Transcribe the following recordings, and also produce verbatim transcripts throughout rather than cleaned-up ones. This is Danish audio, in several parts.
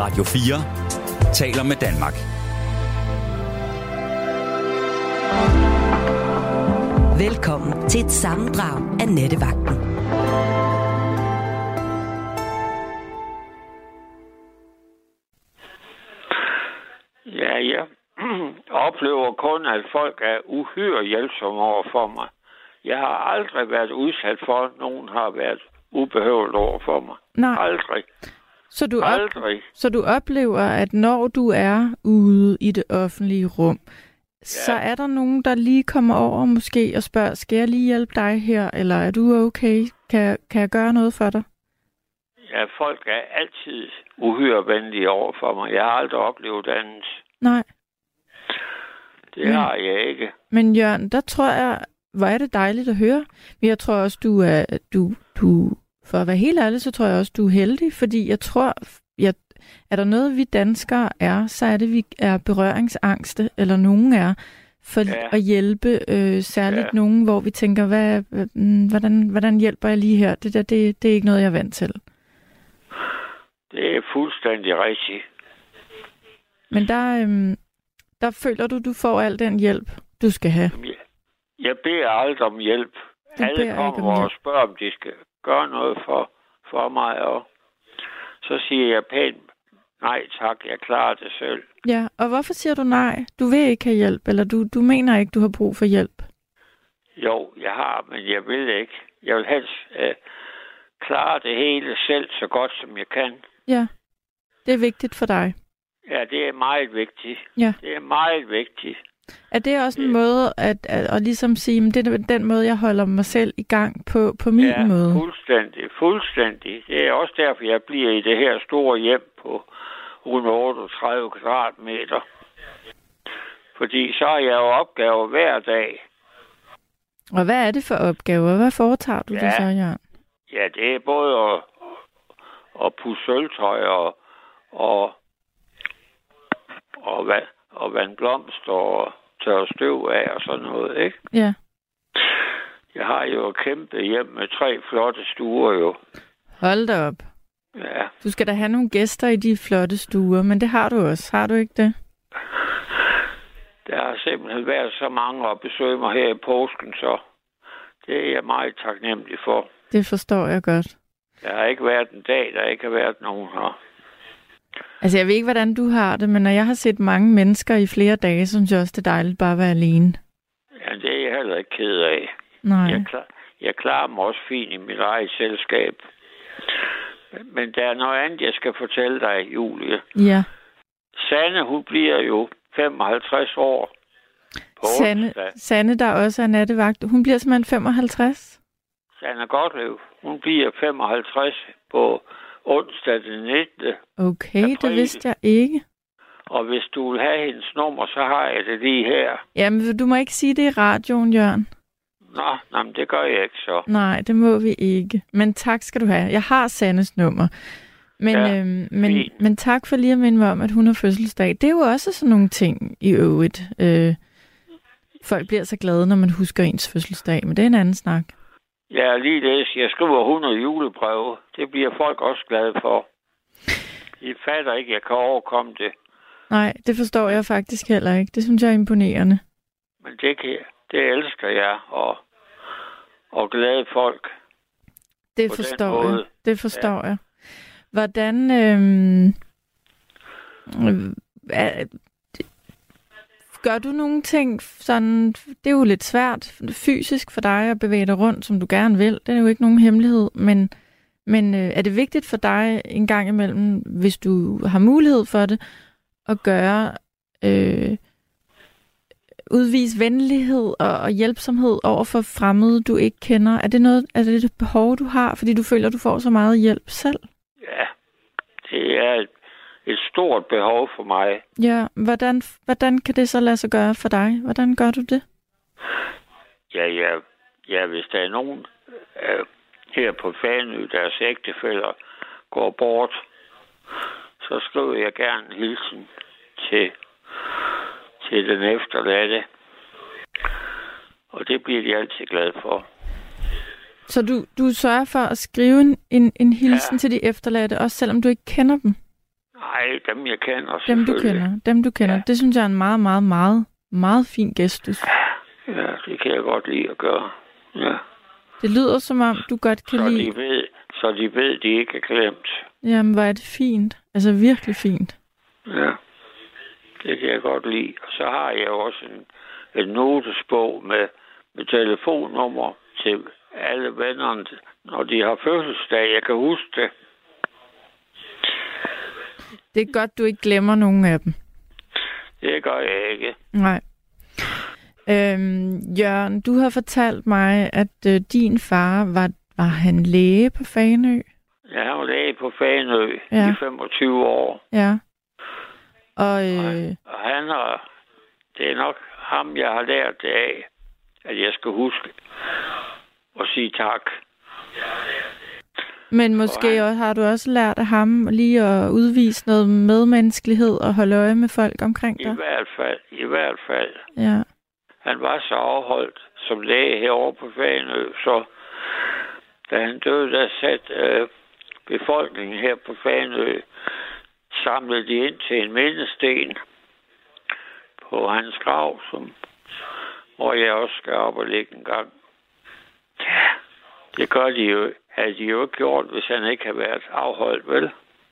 Radio fire taler med Danmark. Velkommen til et sammendrag af Nattevagten. Ja, jeg oplever kun, at folk er uhyre hjælpsomme over for mig. Jeg har aldrig været udsat for, at nogen har været ubehøveligt over for mig. Nej. Aldrig. Så du, op, aldrig. så du oplever, at når du er ude i det offentlige rum, ja. så er der nogen, der lige kommer over måske og spørger, skal jeg lige hjælpe dig her, eller er du okay? Kan, kan jeg gøre noget for dig? Ja, folk er altid uhyre venlige over for mig. Jeg har aldrig oplevet andet. Nej. Det men, har jeg ikke. Men Jørgen, der tror jeg, hvor er det dejligt at høre. Men jeg tror også, du er, du, du, for at være helt ærlig, så tror jeg også, du er heldig, fordi jeg tror, jeg, er der noget, vi danskere er, så er det, vi er berøringsangste, eller nogen er, for ja. at hjælpe øh, særligt ja. nogen, hvor vi tænker, hvad, hvordan, hvordan hjælper jeg lige her? Det der, det, det er ikke noget, jeg er vant til. Det er fuldstændig rigtigt. Men der, øhm, der føler du, du får al den hjælp, du skal have. Jeg, jeg beder aldrig om hjælp. Du Alle kommer og spørger, om de skal gøre noget for, for mig, og så siger jeg pænt, nej tak, jeg klarer det selv. Ja, og hvorfor siger du nej? Du vil ikke have hjælp, eller du, du mener ikke, du har brug for hjælp? Jo, jeg har, men jeg vil ikke. Jeg vil helst øh, klare det hele selv så godt, som jeg kan. Ja, det er vigtigt for dig. Ja, det er meget vigtigt. Ja. Det er meget vigtigt. Er det også en ja. måde at, at, at ligesom sige, at det er den måde, jeg holder mig selv i gang på, på min ja, måde? Ja, fuldstændig. Fuldstændig. Det er også derfor, jeg bliver i det her store hjem på et hundrede og otteogtredive kvadratmeter. Fordi så har jeg jo opgaver hver dag. Og hvad er det for opgaver? Hvad foretager du ja. det så, Jørgen? Ja, det er både at, at pusse sølvtøj og, og, og, vand, og vand blomster og tørre støv af og sådan noget, ikke? Ja. Jeg har jo et kæmpe hjem med tre flotte stuer jo. Hold da op. Ja. Du skal da have nogle gæster i de flotte stuer, men det har du også. Har du ikke det? Der har simpelthen været så mange at besøge mig her i påsken, så det er jeg meget taknemmelig for. Det forstår jeg godt. Der har ikke været en dag, der ikke har været nogen her. Altså, jeg ved ikke, hvordan du har det, men når jeg har set mange mennesker i flere dage, synes jeg også, det er dejligt bare at være alene. Ja, det er jeg heller ikke ked af. Nej. Jeg, klar, jeg klarer mig også fint i mit eget selskab. Men der er noget andet, jeg skal fortælle dig, Julie. Ja. Sanne, hun bliver jo femoghalvtreds år på Sanne, onsdag. Sanne, der også er nattevagt, hun bliver simpelthen femoghalvtreds? Sanne Gottlieb, hun bliver femoghalvtreds på onsdag den nittende Okay, april. det vidste jeg ikke. Og hvis du vil have hendes nummer, så har jeg det lige her. Jamen, du må ikke sige det i radioen, Jørgen. Nå, nej, men det gør jeg ikke så. Nej, det må vi ikke. Men tak skal du have. Jeg har Sannes nummer. Men, ja, øhm, men, men tak for lige at minde mig om, at hun har fødselsdag. Det er jo også sådan nogle ting i øvrigt. Øh, folk bliver så glade, når man husker ens fødselsdag, men det er en anden snak. Ja, lige det. Jeg skriver hundrede julebreve. Det bliver folk også glade for. I fatter ikke, jeg kan overkomme det. Nej, det forstår jeg faktisk heller ikke. Det synes jeg er imponerende. Men det, kan, det elsker jeg, og, og glade folk. Det forstår jeg. Det forstår ja. jeg. Hvordan... Øh, øh, gør du nogle ting sådan... Det er jo lidt svært fysisk for dig at bevæge dig rundt, som du gerne vil. Det er jo ikke nogen hemmelighed, men... Men øh, er det vigtigt for dig en gang imellem, hvis du har mulighed for det, at gøre, øh, udvise venlighed og, og hjælpsomhed over for fremmede, du ikke kender? Er det noget, er det et behov, du har, fordi du føler, du får så meget hjælp selv? Ja, det er et, et stort behov for mig. Ja, hvordan, hvordan kan det så lade sig gøre for dig? Hvordan gør du det? Ja, ja, ja hvis der er nogen... Øh, her på Fanø, deres ægtefæller går bort, så skriver jeg gerne en hilsen til, til den efterladte. Og det bliver de altid glade for. Så du, du sørger for at skrive en, en, en hilsen ja. til de efterladte, også selvom du ikke kender dem? Nej, dem jeg kender Dem du kender, dem du kender. Ja. Det synes jeg er en meget, meget, meget, meget fin gestus. Ja, det kan jeg godt lide at gøre. Ja. Det lyder som om, du godt kan så lide... De ved, så de ved, de ikke er glemt. Jamen, hvor er det fint. Altså virkelig fint. Ja, det kan jeg godt lide. Og så har jeg også en, en notesbog med, med telefonnummer til alle vennerne, når de har fødselsdag. Jeg kan huske det. Det er godt, du ikke glemmer nogen af dem. Det gør jeg ikke. Nej. Øhm, Jørgen, du har fortalt mig, at øh, din far, var, var han læge på Fanø? Ja, han var læge på Fanø ja. i femogtyve år. Ja. Og, øh... og, og han har... Det er nok ham, jeg har lært det af, at jeg skal huske at sige tak. Men måske han... også, har du også lært af ham lige at udvise noget medmenneskelighed og holde øje med folk omkring dig? I hvert fald, i hvert fald. Ja. Han var så afholdt som læge herovre på Fanø, så da han døde, der satte øh, befolkningen her på Fanø, samlede de ind til en mindesten på hans grav, som, hvor jeg også skal op og ligge en gang. Ja, det gør de jo, havde de jo ikke gjort, hvis han ikke havde været afholdt, vel?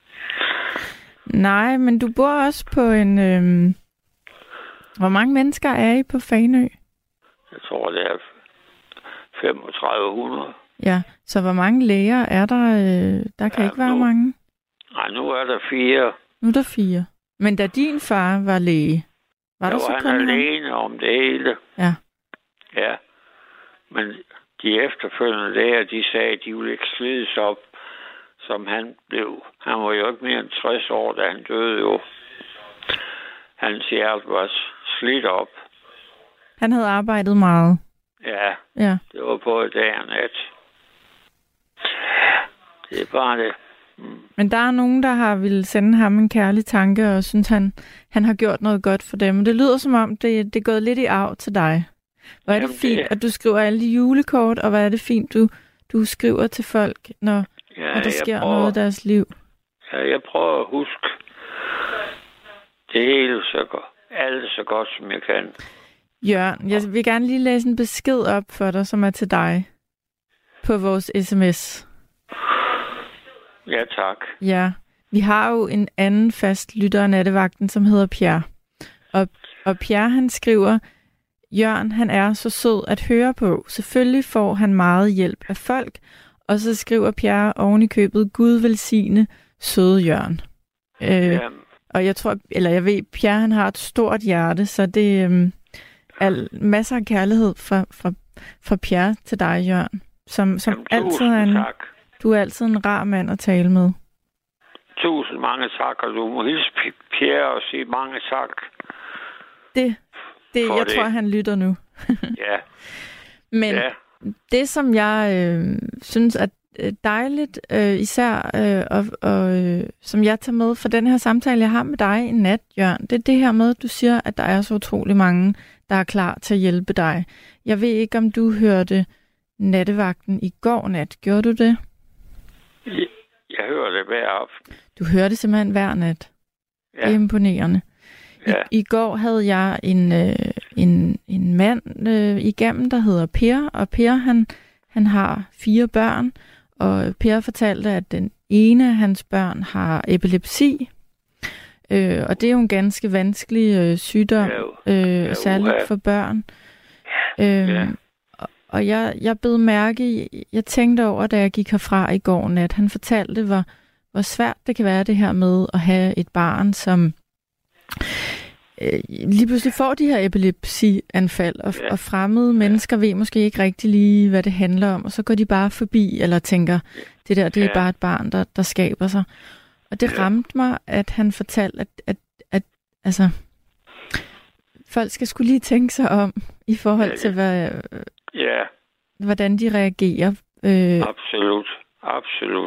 Nej, men du bor også på en... Øh... Hvor mange mennesker er I på Fanø? Jeg tror, det er femogtredive hundrede. Ja, så hvor mange læger er der? Øh... Der kan ja, ikke være nu... mange. Nej, nu er der fire. Nu er der fire. Men da din far var læge, var der, der så var han alene ham? Om det hele. Ja. Ja. Men de efterfølgende læger, de sagde, at de ville ikke slides op, som han blev. Han var jo ikke mere end tres år, da han døde jo. Hans hjerte var slidt op. Han havde arbejdet meget. Ja. Ja. Det var både dag og nat. Det er bare det. Mm. Men der er nogen, der har ville sende ham en kærlig tanke, og synes, han, han har gjort noget godt for dem. Det lyder som om, det, det er gået lidt i arv til dig. Hvor er det Jamen, fint, det... at du skriver alle de julekort, og hvor er det fint, du, du skriver til folk, når, ja, når der sker prøver... noget i deres liv. Ja, jeg prøver at huske det hele så godt. Alt så godt, som jeg kan. Jørgen, jeg vil gerne lige læse en besked op for dig, som er til dig på vores sms. Ja, tak. Ja, vi har jo en anden fast lytter af nattevagten, som hedder Pierre. Og, og Pierre, han skriver, Jørgen, han er så sød at høre på. Selvfølgelig får han meget hjælp af folk. Og så skriver Pierre oven i købet, Gud velsigne søde Jørgen. Øh, ja. Og jeg tror, eller jeg ved, Pierre, han har et stort hjerte, så det øhm, er masser af kærlighed fra, fra, fra Pierre til dig, Jørgen. Som, som Jamen, altid er en, tak. Du er altid en rar mand at tale med. Tusind mange tak, og du må hilse Pierre og sige mange tak. Det, det jeg det. tror, han lytter nu. Ja. Men ja. det, som jeg øh, synes er dejligt, øh, især, øh, og, og øh, som jeg tager med for den her samtale, jeg har med dig i nat, Jørgen, det er det her med, at du siger, at der er så utrolig mange, der er klar til at hjælpe dig. Jeg ved ikke, om du hørte nattevagten i går nat. Gjorde du det? Jeg, jeg hører det hver aften. Du hører det simpelthen hver nat. Ja. Det er imponerende. I, ja. I går havde jeg en, øh, en, en mand øh, igennem, der hedder Per, og Per, han, han har fire børn, og Per fortalte, at den ene af hans børn har epilepsi, øh, og det er jo en ganske vanskelig øh, sygdom, øh, ja, særligt for børn. Øh, ja. Og jeg, jeg bed mærke i, jeg tænkte over, da jeg gik herfra i går nat, han fortalte, hvor, hvor svært det kan være det her med at have et barn, som øh, lige pludselig får de her epilepsianfald, og, ja. og fremmede ja. mennesker ved måske ikke rigtig lige, hvad det handler om, og så går de bare forbi, eller tænker, det der, det er ja. bare et barn, der, der skaber sig. Og det ja. ramte mig, at han fortalte, at, at, at altså, folk skal skulle lige tænke sig om, i forhold ja, til, hvad, ja. hvordan de reagerer. Øh, absolut, absolut.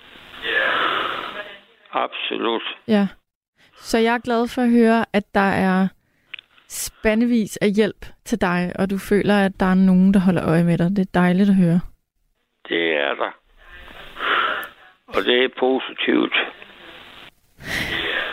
Absolut. Ja. Så jeg er glad for at høre, at der er spandevis af hjælp til dig, og du føler, at der er nogen, der holder øje med dig. Det er dejligt at høre. Det er der. Og det er positivt.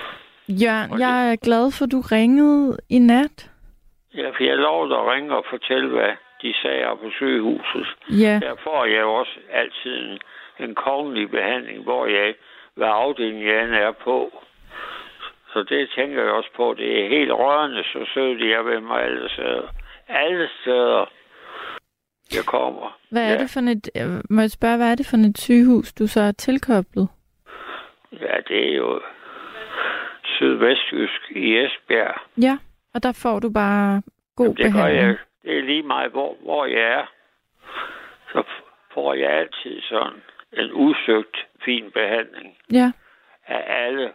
Jørgen, jeg er glad for, at du ringede i nat. Ja, for jeg lovede at ringe og fortælle, hvad de sagde på sygehuset. Ja. Der får jeg jo også altid en, en kongelig behandling, hvor jeg, hvad afdeling jeg end er på. Så det tænker jeg også på. Det er helt rørende, så søger de jeg ved mig alle steder. Alle steder, jeg kommer. Hvad er ja. det for et, må jeg spørge, hvad er det for et sygehus, du så er tilkoblet? Ja, det er jo Sydvestjysk i Esbjerg. Ja, og der får du bare god Jamen, det behandling. Gør jeg, det er lige meget, hvor, hvor jeg er. Så får jeg altid sådan en udsøgt fin behandling. Ja. Af alle.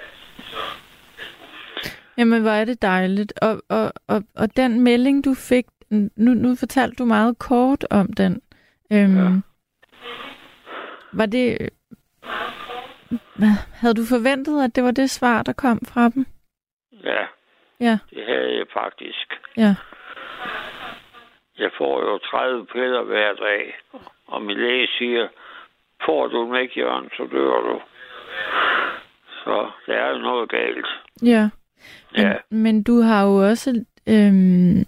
Jamen, hvor er det dejligt. Og, og, og, og den melding, du fik, nu, nu fortalte du meget kort om den. Øhm, ja. Var det... Hvad? Havde du forventet, at det var det svar, der kom fra dem? Ja. Ja. Det havde jeg faktisk. Ja. Jeg får jo tredive piller hver dag. Og min læge siger, får du dem ikke, Jørgen, så dør du. Så der er jo noget galt. Ja. Men, ja. men du har jo også... Øhm,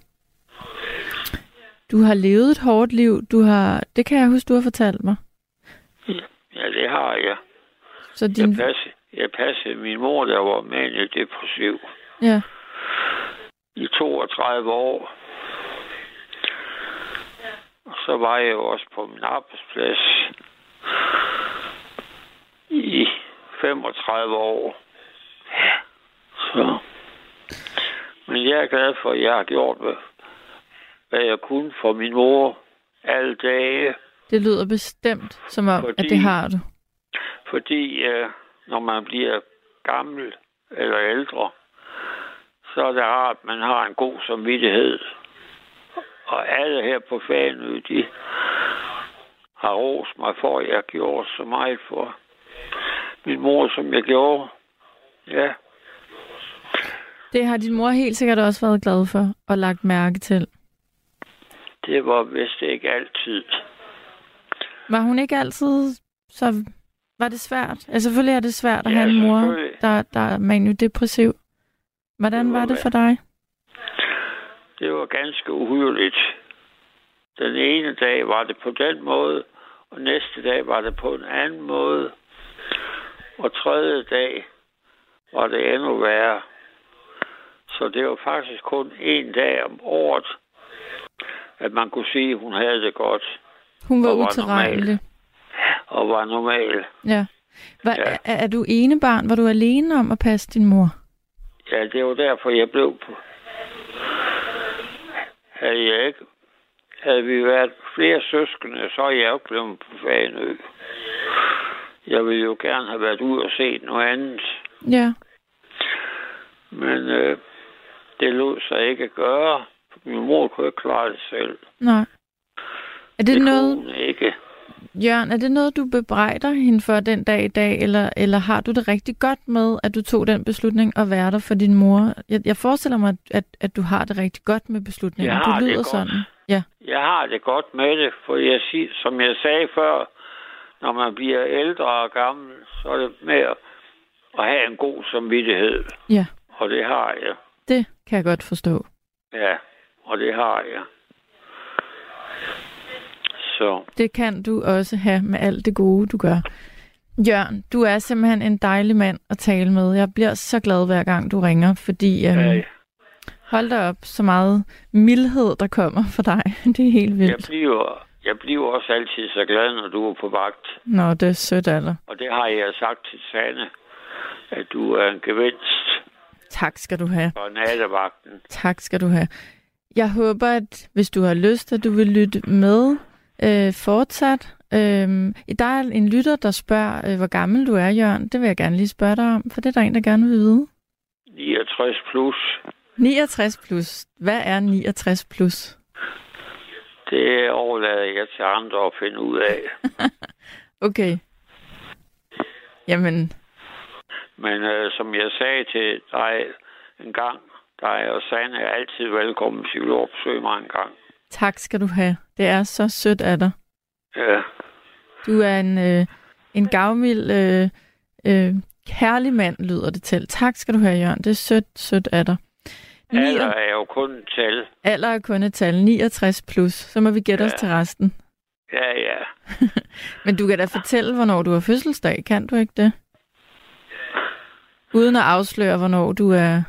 du har levet et hårdt liv. Du har, det kan jeg huske, du har fortalt mig. Ja, det har jeg. Så din... Jeg passede, jeg passede min mor, der var maniodepressiv. Ja. I toogtredive år. Og så var jeg jo også på min arbejdsplads i femogtredive år. Ja. Så. Men jeg er glad for, at jeg har gjort, hvad jeg kunne for min mor alle dage. Det lyder bestemt, som om, fordi, at det har du. Fordi øh, når man bliver gammel eller ældre, så er det rart, at man har en god samvittighed. Og alle her på Fanø, de har rost mig for, at jeg gjorde så meget for min mor, som jeg gjorde. Ja. Det har din mor helt sikkert også været glad for og lagt mærke til. Det var vist ikke altid. Var hun ikke altid så... Var det svært? Altså selvfølgelig er det svært at ja, have en mor, der, der er maniodepressiv. Hvordan det var, var det for dig? Det var ganske uhyrligt. Den ene dag var det på den måde, og næste dag var det på en anden måde. Og tredje dag var det endnu værre. Så det var faktisk kun en dag om året, at man kunne sige, at hun havde det godt. Hun var utilregnelig. Og var normal. Ja. Var, ja. Er, er du ene barn? Var du alene om at passe din mor? Ja, det var derfor, jeg blev på. Havde jeg ikke... Havde vi været flere søskende, så er jeg jo blevet på Fanø. Jeg ville jo gerne have været ude og set noget andet. Ja. Men øh, det lod sig ikke gøre. Min mor kunne ikke klare det selv. Nej. Er det, det noget... kunne ikke. Jørgen, er det noget, du bebrejder hende for den dag i dag, eller, eller har du det rigtig godt med, at du tog den beslutning at være der for din mor? Jeg, jeg forestiller mig, at, at du har det rigtig godt med beslutningen. Jeg du har lyder det godt. sådan. Ja. Jeg har det godt med det, for jeg siger, som jeg sagde før, når man bliver ældre og gammel, så er det med at, at have en god samvittighed. Ja. Og det har jeg. Det kan jeg godt forstå. Ja, og det har jeg. Så. Det kan du også have med alt det gode, du gør. Jørgen, du er simpelthen en dejlig mand at tale med. Jeg bliver så glad, hver gang du ringer, fordi øhm, ja. hold da op, så meget mildhed, der kommer for dig. Det er helt vildt. Jeg bliver, jeg bliver også altid så glad, når du er på vagt. Nå, det er sødt af dig. Og det har jeg sagt til Sanne, at du er en gevinst. Tak skal du have. For nattevagten. Tak skal du have. Jeg håber, at hvis du har lyst, at du vil lytte med øh, fortsat. Øh, der er en lytter, der spørger, øh, hvor gammel du er, Jørgen. Det vil jeg gerne lige spørge dig om, for det er der en, der gerne vil vide. niogtres plus. niogtres plus. Hvad er niogtres plus? Det overlader jeg til andre at finde ud af. Okay. Jamen. Men øh, som jeg sagde til dig en gang, dig og Sanne er altid velkommen til at besøge mig en gang. Tak skal du have. Det er så sødt af dig. Ja. Du er en, øh, en gavmild øh, øh, kærlig mand, lyder det til. Tak skal du have, Jørgen. Det er sødt, sødt af dig. Alder er jo kun et tal. Alder er kun et tal. niogtres plus. Så må vi gætte ja. os til resten. Ja, ja. Men du kan da fortælle, hvornår du har fødselsdag. Kan du ikke det? Uden at afsløre, hvornår du er...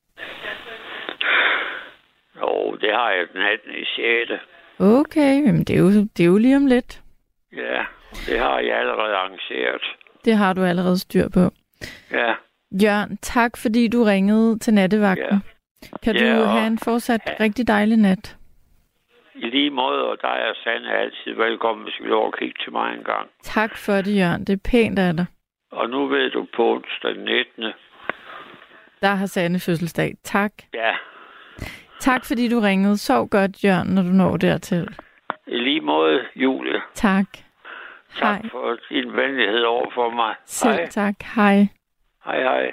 Jo, det har jeg den attende i sjette Okay, men det er, jo, det er jo lige om lidt. Ja, det har jeg allerede arrangeret. Det har du allerede styr på. Ja. Jørgen, tak fordi du ringede til nattevagten. Ja. Kan ja, du have en fortsat ja. rigtig dejlig nat? I lige måde, og dig og Sanne er altid velkommen, hvis vi vil over og kigge til mig en gang. Tak for det, Jørgen. Det er pænt af dig. Og nu ved du på onsdag den nittende Der har Sanne fødselsdag. Tak. Ja. Tak fordi du ringede. Sov godt, Jørgen, når du når dertil. I lige måde, Julie. Tak. Tak hej. for din venlighed over for mig. Selv hej. tak. Hej. Hej, hej.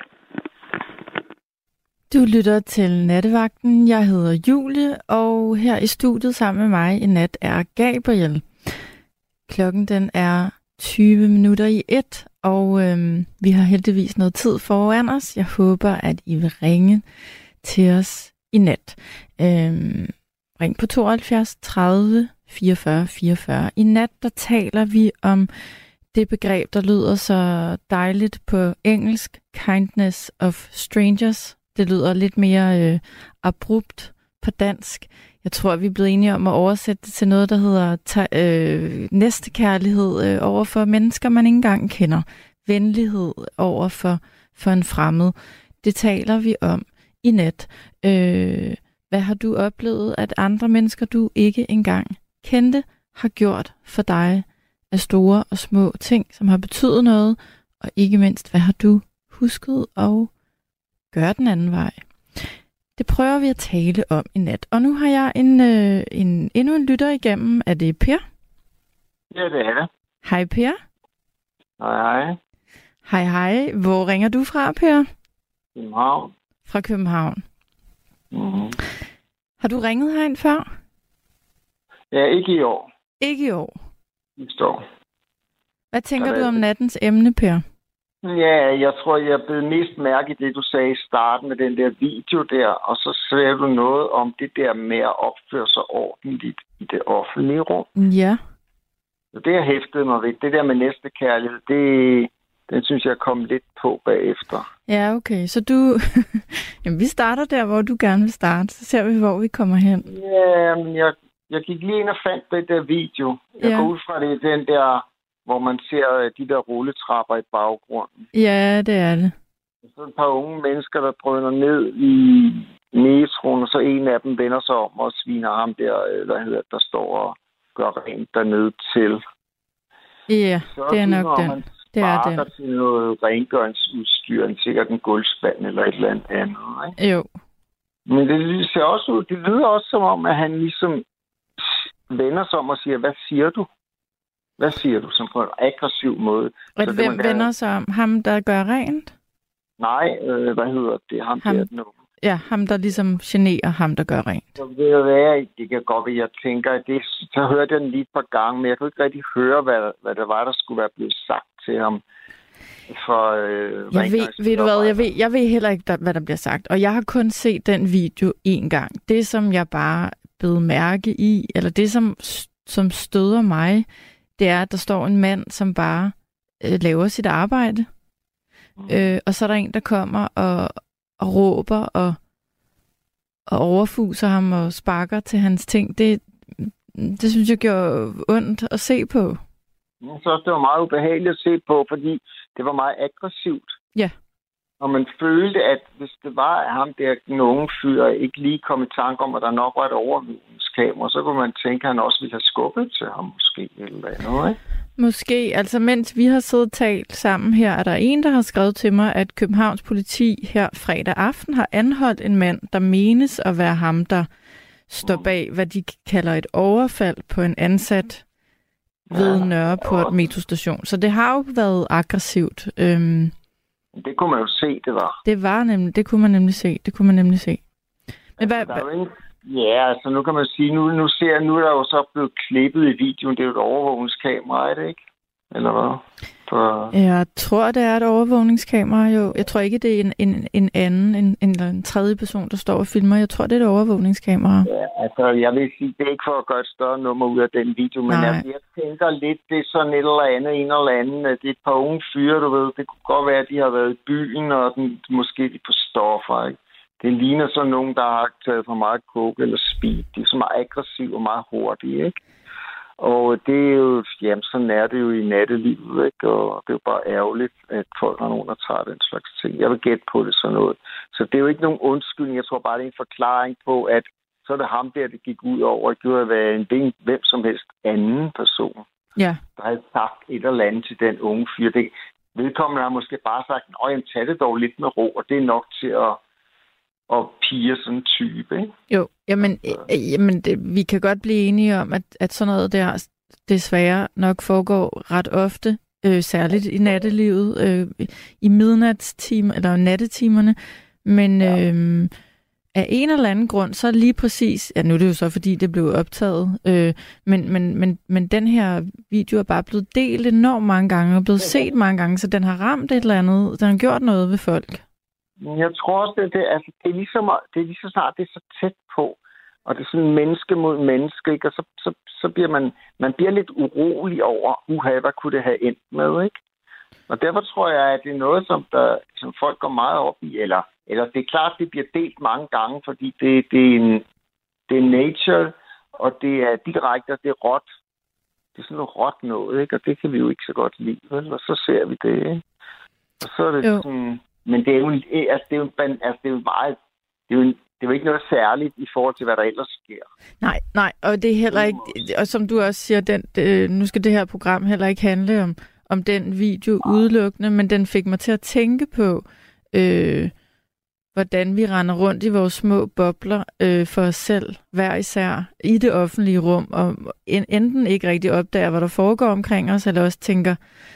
Du lytter til Nattevagten. Jeg hedder Julie, og her i studiet sammen med mig i nat er Gabriel. Klokken den er tyve minutter i et, og øhm, vi har heldigvis noget tid foran os. Jeg håber, at I vil ringe til os i nat. Øhm, ring på tooghalvfjerds tredive fireogfyrre fireogfyrre. I nat der taler vi om det begreb, der lyder så dejligt på engelsk, kindness of strangers. Det lyder lidt mere øh, abrupt på dansk. Jeg tror, vi er blevet enige om at oversætte det til noget, der hedder ta- øh, næstekærlighed øh, over for mennesker, man ikke engang kender. Venlighed over for, for en fremmed. Det taler vi om i nat. Øh, hvad har du oplevet, at andre mennesker, du ikke engang kendte, har gjort for dig af store og små ting, som har betydet noget? Og ikke mindst, hvad har du husket og gøre den anden vej? Det prøver vi at tale om i nat. Og nu har jeg en, øh, en, endnu en lytter igennem. Er det Per? Ja, det er det. Hej Per. Hej, hej. Hej hej. Hvor ringer du fra, Per? København. Fra København. Mm-hmm. Har du ringet herind før? Ja, ikke i år. Ikke i år. I står. Hvad tænker du om nattens emne, Per? Ja, jeg tror, jeg er blevet mest mærke i det, du sagde i starten med den der video der, og så sagde du noget om det der med at opføre sig ordentligt i det offentlige rum. Ja. Så det har hæftet mig ved. Det der med næstekærlighed, det, den synes jeg kom lidt på bagefter. Ja, okay. Så du... Jamen, vi starter der, hvor du gerne vil starte. Så ser vi, hvor vi kommer hen. Ja, men jeg, jeg gik lige ind og fandt den der video. Jeg ja. går ud fra det, den der... hvor man ser de der rulletrapper i baggrunden. Ja, det er det. Så et par unge mennesker, der drøner ned i metroen, og så en af dem vender sig om og sviner ham der, hvad hedder der står og gør rent dernede til. Ja, så det er nok den. Man det er den. til noget rengøringsudstyr, en sikkert en gulvspand eller et eller andet, ikke? Jo. Men det ser også ud, det lyder også som om, at han ligesom vender sig om og siger, hvad siger du? Hvad siger du, som på en aggressiv måde? Og så hvem vender gerne... sig om? Ham, der gør rent? Nej, øh, hvad hedder det? Ham, ham der nu. Ja, ham, der ligesom generer ham, der gør rent. Så ved jeg være, det kan godt være, jeg tænker, at det, så hørte jeg den lige et par gange, men jeg kunne ikke rigtig høre, hvad, hvad det var, der skulle være blevet sagt til ham. For, øh, jeg ved, ved du hvad, jeg ved, jeg ved heller ikke, hvad der bliver sagt. Og jeg har kun set den video én gang. Det, som jeg bare bed mærke i, eller det, som, som støder mig, det er, at der står en mand, som bare øh, laver sit arbejde. Mm. Øh, og så er der en, der kommer og, og råber og, og overfuser ham og sparker til hans ting. Det, det synes jeg gjorde ondt at se på. Jeg synes det var meget ubehageligt at se på, fordi det var meget aggressivt. Ja. Og man følte, at hvis det var, at ham der den unge fyr ikke lige kom i tanke om, at der nok var et overvågningskamera, så kunne man tænke, at han også ville have skubbet til ham måske. Eller noget, ikke? Måske. Altså, mens vi har siddet og talt sammen her, er der en, der har skrevet til mig, at Københavns politi her fredag aften har anholdt en mand, der menes at være ham, der står bag, hvad de kalder et overfald på en ansat ved Nørreport metrostation. Så det har jo været aggressivt. Øhm, Det kunne man jo se, det var. Det var nemlig, det kunne man nemlig se. Det kunne man nemlig se. Men altså, hvad, der er jo en, ja, altså nu kan man sige, nu, nu ser nu er der jo så blevet klippet i videoen. Det er jo et overvågningskamera, er det ikke? Eller hvad? For... Jeg tror, det er et overvågningskamera, jo. Jeg tror ikke, det er en, en, en anden, en, en, en tredje person, der står og filmer. Jeg tror, det er et overvågningskamera. Ja, altså, jeg vil sige, det er ikke for at gøre et større nummer ud af den video, men jeg, jeg tænker lidt, det er sådan et eller andet, en eller anden, det er et par unge fyre, du ved. Det kunne godt være, at de har været i byen, og den, måske de er på stoffer, ikke? Det ligner sådan nogen, der har taget for meget coke eller speed. De er så meget aggressive og meget hurtige, ikke? Og det er jo, jamen sådan er det jo i nattelivet, ikke? Og det er jo bare ærgerligt, at folk har nogen, der tager den slags ting. Jeg vil gætte på det sådan noget. Så det er jo ikke nogen undskyldning. Jeg tror bare, det er en forklaring på, at så er det ham der, det gik ud over. Det gjorde at være en del, hvem som helst anden person, ja, der havde sagt et eller andet til den unge fyr. Det, vedkommende har måske bare sagt, åh, jamen tag det dog lidt med ro, og det er nok til at og piger sådan en type, ikke? Jo, jamen, øh, jamen det, vi kan godt blive enige om, at, at sådan noget der desværre nok foregår ret ofte, øh, særligt i nattelivet, øh, i midnatstimer, eller nattetimerne, men ja. øh, af en eller anden grund, så lige præcis, ja nu er det jo så, fordi det blev optaget, øh, men, men, men, men den her video er bare blevet delt enormt mange gange, og blevet set mange gange, så den har ramt et eller andet, den har gjort noget ved folk. Jeg tror også, det, det, altså, det, er ligesom, det er lige så snart, det er så tæt på, og det er sådan menneske mod menneske, ikke? Og så, så, så bliver man, man bliver lidt urolig over, uha, hvad kunne det have endt med, ikke? Og derfor tror jeg, at det er noget, som, der, som folk går meget op i, eller, eller det er klart, det bliver delt mange gange, fordi det, det, er, en, det er nature, og det er direkte, det er råt. Det er sådan noget råt noget, ikke? Og det kan vi jo ikke så godt lide, vel? Og så ser vi det, ikke? Og så er det jo. sådan... Men det er jo, altså, det er jo, altså, det er jo meget... Det er jo, det er jo ikke noget særligt i forhold til, hvad der ellers sker. Nej, nej, og det er heller ikke... Og som du også siger, den, det, nu skal det her program heller ikke handle om, om den video udelukkende, men den fik mig til at tænke på, øh, hvordan vi render rundt i vores små bobler øh, for os selv, hver især, i det offentlige rum, og enten ikke rigtig opdager, hvad der foregår omkring os, eller også tænker...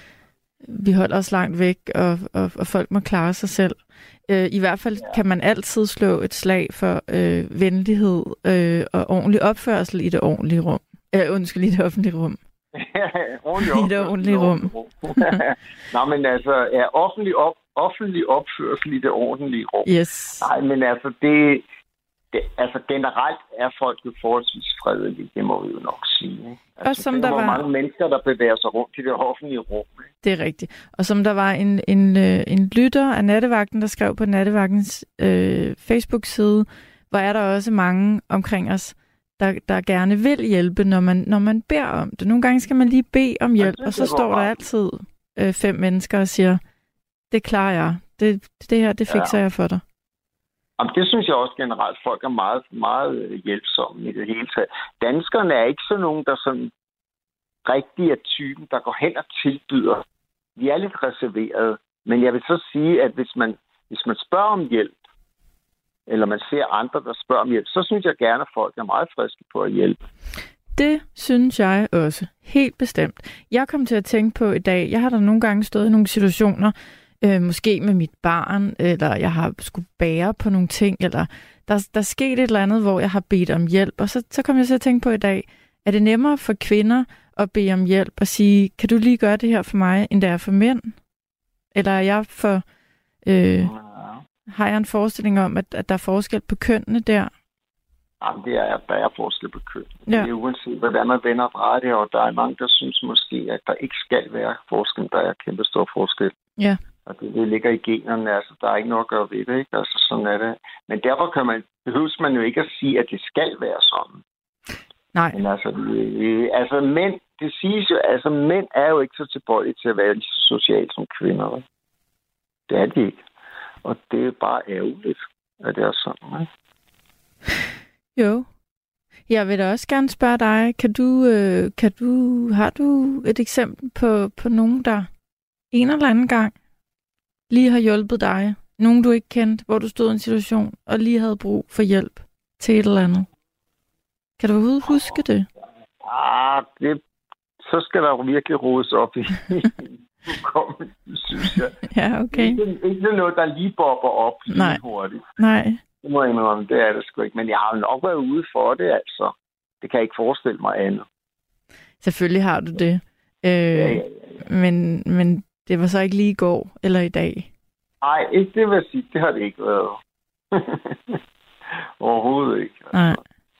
Vi holder os langt væk, og, og, og folk må klare sig selv. Øh, I hvert fald kan man altid slå et slag for øh, venlighed øh, og ordentlig opførsel i det ordentlige rum. Øh, undskyld, i det offentlige rum. I det ordentlige rum. Nå, men altså, ja, offentlig, op, offentlig opførsel i det ordentlige rum. Yes. Nej, men altså, det, det, altså generelt er folk jo forholdsvis fredelige, det må vi jo nok sige. Ikke? Altså, og som der, der var var mange mennesker, der bevæger sig rundt i det offentlige rum. Ikke? Det er rigtigt. Og som der var en, en, en lytter af Nattevagten, der skrev på Nattevagtens øh, Facebook-side, hvor er der også mange omkring os, der, der gerne vil hjælpe, når man, når man beder om det. Nogle gange skal man lige bede om hjælp, og så står der altid øh, fem mennesker og siger, det klarer jeg. Det, det her, det fikser ja. jeg for dig. Jamen, det synes jeg også generelt, folk er meget, meget hjælpsomme i det hele taget. Danskerne er ikke sådan nogen, der sådan rigtig er typen, der går hen og tilbyder. Vi er lidt reserverede, men jeg vil så sige, at hvis man, hvis man spørger om hjælp, eller man ser andre, der spørger om hjælp, så synes jeg gerne, at folk er meget friske på at hjælpe. Det synes jeg også. Helt bestemt. Jeg kom til at tænke på i dag, jeg har da nogle gange stået i nogle situationer, øh, måske med mit barn, eller jeg har skulle bære på nogle ting, eller der, der skete et eller andet, hvor jeg har bedt om hjælp, og så, så kom jeg til at tænke på i dag, er det nemmere for kvinder at bede om hjælp og sige, kan du lige gøre det her for mig, end det er for mænd? Eller er jeg for... Øh, har jeg en forestilling om, at, at der er forskel på kønnene der? Jamen, det er, der er forskel på køn. Ja. Det er uanset, hvordan man vender og drejer det, og der er mange, der synes måske, at der ikke skal være forskel. Der er kæmpe stor forskel. Ja. Og det, det ligger i generne, altså der er ikke noget at gøre ved det, ikke? Altså sådan er det. Men derfor kan man, behøves man jo ikke at sige, at det skal være sådan. Nej. Men altså, øh, altså mænd, det siges jo, altså mænd er jo ikke så tilbøjelige til at være lige så socialt som kvinder. Det er de ikke. Og det er bare ærgerligt, at det er sådan, ikke? Jo. Jeg vil da også gerne spørge dig, kan du, øh, kan du, har du et eksempel på, på nogen, der en eller anden gang lige har hjulpet dig? Nogen, du ikke kendte, hvor du stod i en situation og lige havde brug for hjælp til et eller andet? Kan du overhovedet huske det? Ah, det, så skal der virkelig rodes op i hukommelsen, synes jeg. Ja, okay. Ikke, ikke noget, der lige bobber op lige Nej. hurtigt. Nej. Det må jeg indrømme, det er det sgu ikke. Men jeg har jo nok været ude for det, altså. Det kan jeg ikke forestille mig andet. Selvfølgelig har du det. Øh, Ja, ja, ja. Men, men det var så ikke lige i går eller i dag. Nej, ikke det vil jeg sige. Det har det ikke været. Overhovedet ikke. Altså. Nej.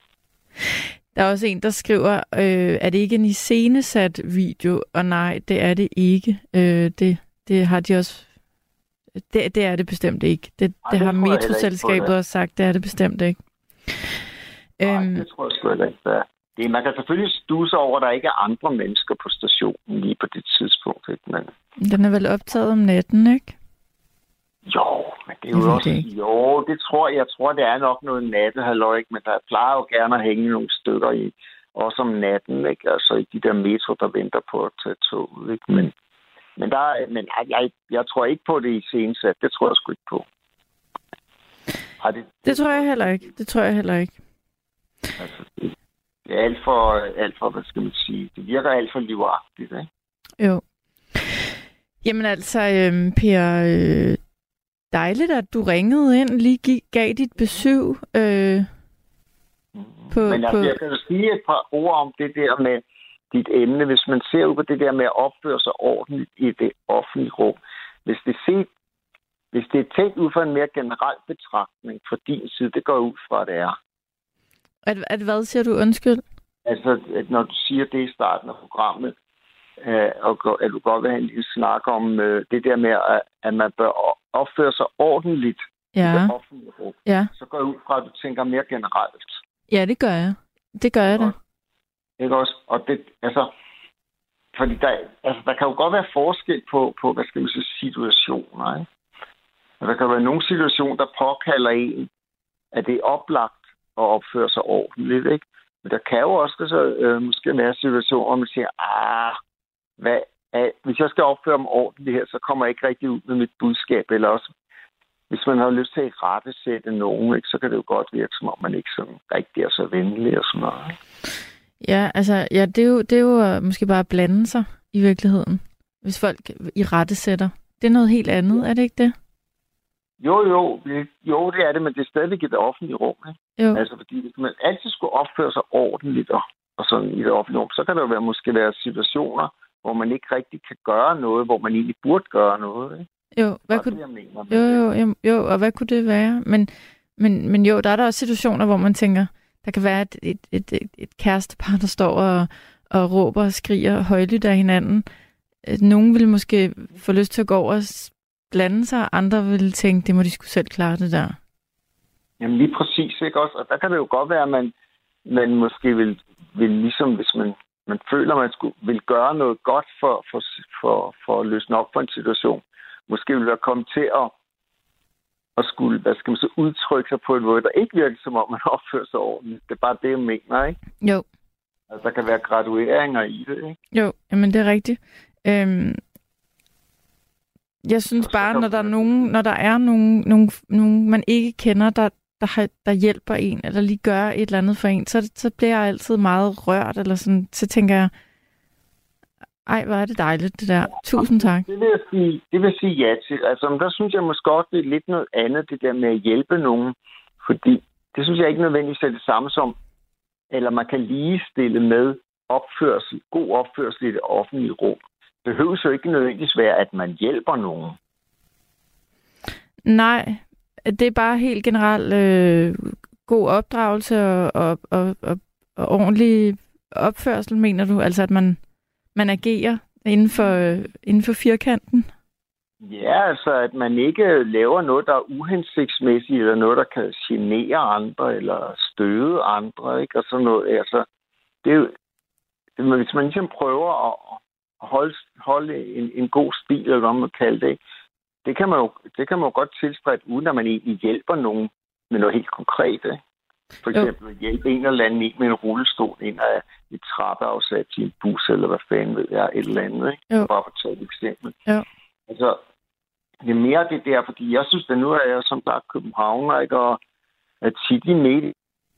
Der er også en, der skriver, øh, er det ikke en iscenesat video? Og nej, det er det ikke. Øh, det, det har de også... Det, det er det bestemt ikke. Det, Ej, det det har tror jeg Metroselskabet heller ikke på, også sagt. Det er det bestemt ikke. Nej, Øhm, det tror jeg sgu heller ikke, det er. Det, man kan selvfølgelig stusse over, at der ikke er andre mennesker på stationen lige på det tidspunkt. Ikke? Men... Den er vel optaget om natten, ikke? Jo, men det er Jeg jo ved også... det ikke. Jo, det tror jeg. Jeg tror, det er nok noget nattehalløj, ikke? Men der plejer jo gerne at hænge nogle stykker i, også om natten, ikke? Altså i de der metro, der venter på at tage toget, ikke? Men, men, der, er- men jeg, jeg tror ikke på det i scenesat. Det tror jeg sgu ikke på. Ej, det, Det tror jeg heller ikke. Det tror jeg heller ikke. Altså, det, det er alt for, alt for, hvad skal man sige, det virker alt for livagtigt, ikke? Jo. Jamen altså, øhm, Per, øh, dejligt, at du ringede ind, lige gi- gav dit besøg. Øh, på, Men altså, på... jeg kan jo sige et par ord om det der med dit emne. Hvis man ser ud på det der med at opføre sig ordentligt i det offentlige rum, hvis det, set, hvis det er tænkt ud fra en mere generel betragtning fra din side, det går ud fra, at det er. At, at hvad siger du? Undskyld. Altså, at når du siger det i starten af programmet, øh, og gå- at du godt vil have en lille snak om øh, det der med, at, at man bør opføre sig ordentligt i Ja, det offentlige rum, ja. så går jeg ud fra, at du tænker mere generelt. Ja, det gør jeg. Det gør jeg da. Ikke også? Og det, altså, fordi der, altså, der kan jo godt være forskel på, på hvad skal man sige, situationer, ikke? Og der kan være nogle situationer, der påkalder en, at det er oplagt at opføre sig ordentligt, ikke? Men der kan jo også så, øh, måske være situationer, hvor man siger, ah, hvad, ah, hvis jeg skal opføre mig ordentligt her, så kommer jeg ikke rigtig ud med mit budskab, eller også hvis man har lyst til at rettesætte nogen, ikke, så kan det jo godt virke, som om man ikke sådan rigtig er så venlig og sådan noget, ikke? Ja, altså, ja, det er jo, det er jo øh, måske bare at blande sig i virkeligheden, hvis folk i rette sætter. Det er noget helt andet, er det ikke det? Jo, jo, det, jo, det er det, men det er stadigvæk i det offentlige rum, ikke? Jo, Altså, fordi hvis man altid skulle opføre sig ordentligt og, og sådan i det offentlige rum, så kan der jo være, måske være situationer, hvor man ikke rigtig kan gøre noget, hvor man egentlig burde gøre noget, ikke? jo, hvad Det er kunne, det, jeg mener med jo, det. jo, jo, jo, og hvad kunne det være? Men, men, men jo, der er der også situationer, hvor man tænker, der kan være et, et, et, et, et kærestepar, der står og, og råber og skriger højlydt af hinanden. Nogen vil måske få lyst til at gå over og blande sig, andre vil tænke, det må de skulle selv klare det der. Jamen lige præcis, ikke også? Og der kan det jo godt være, at man, man måske vil, vil ligesom, hvis man, man føler, at man skulle, vil gøre noget godt for, for, for, for at løsne op på en situation, måske vil der komme til at, at skulle, hvad skal man så, udtrykke sig på en måde, der ikke virker, som om man opfører sig ordentligt. Det er bare det, jeg mener, ikke? Jo, Altså, der kan være gradueringer i det, ikke? jo, jamen det er rigtigt. Øhm, jeg synes Og så bare, kan når der er man- nogen, når der er nogen, nogen, nogen man ikke kender, der, der, har, der hjælper en, eller lige gør et eller andet for en, så, så bliver jeg altid meget rørt, eller sådan, så tænker jeg, ej, hvor er det dejligt, det der. Tusind tak. Det vil jeg sige, det vil jeg sige ja til. Altså, men der synes jeg måske også, det er lidt noget andet, det der med at hjælpe nogen. Fordi det synes jeg ikke nødvendigvis er det samme som, eller man kan ligestille med opførsel, god opførsel i det offentlige rum. Det behøver jo ikke nødvendigvis være, at man hjælper nogen. Nej, det er bare helt generelt øh, god opdragelse og, og, og, og, og ordentlig opførsel, mener du? Altså, at man, man agerer inden for, øh, inden for firkanten? Ja, altså, at man ikke laver noget, der er uhensigtsmæssigt, eller noget, der kan genere andre, eller støde andre, ikke? Og sådan noget. Altså, det er jo, det, hvis man ligesom prøver at holde, holde en, en god stil, eller hvad man kalder det, ikke? Det kan man jo, det kan man jo godt tilstræbe, uden at man egentlig hjælper nogen med noget helt konkret, ikke? For eksempel at hjælpe en eller anden ind med en rullestol ind af et trappeafsat til en bus, eller hvad fanden ved jeg, et eller andet, ikke? Jo. Bare for at tage et eksempel. Jo. Altså, det er mere det der, fordi jeg synes, at nu er jeg som sagt københavner, ikke? Og er tit i medie.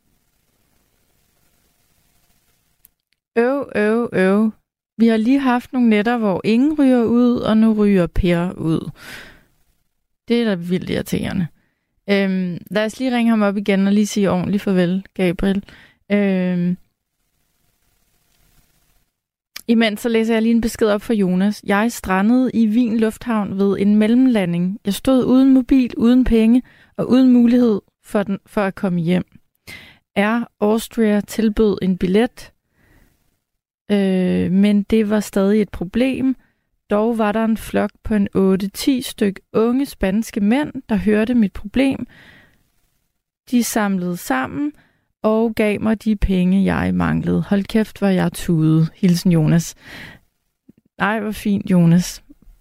Øv, øv, øv. Vi har lige haft nogle nætter, hvor ingen ryger ud, og nu ryger Per ud. Det er da vildt irriterende. Øhm, lad os lige ringe ham op igen og lige sige ordentligt farvel, Gabriel. Øhm, Imens så læser jeg lige en besked op for Jonas. Jeg strandede i Wien Lufthavn ved en mellemlanding. Jeg stod uden mobil, uden penge og uden mulighed for, den, for at komme hjem. Air Austria tilbød en billet, øh, men det var stadig et problem. Dog var der en flok på en otte ti styk unge spanske mænd, der hørte mit problem. De samlede sammen og gav mig de penge, jeg manglede. Hold kæft, hvor jeg tude. Hilsen Jonas. Nej, hvor fint, Jonas.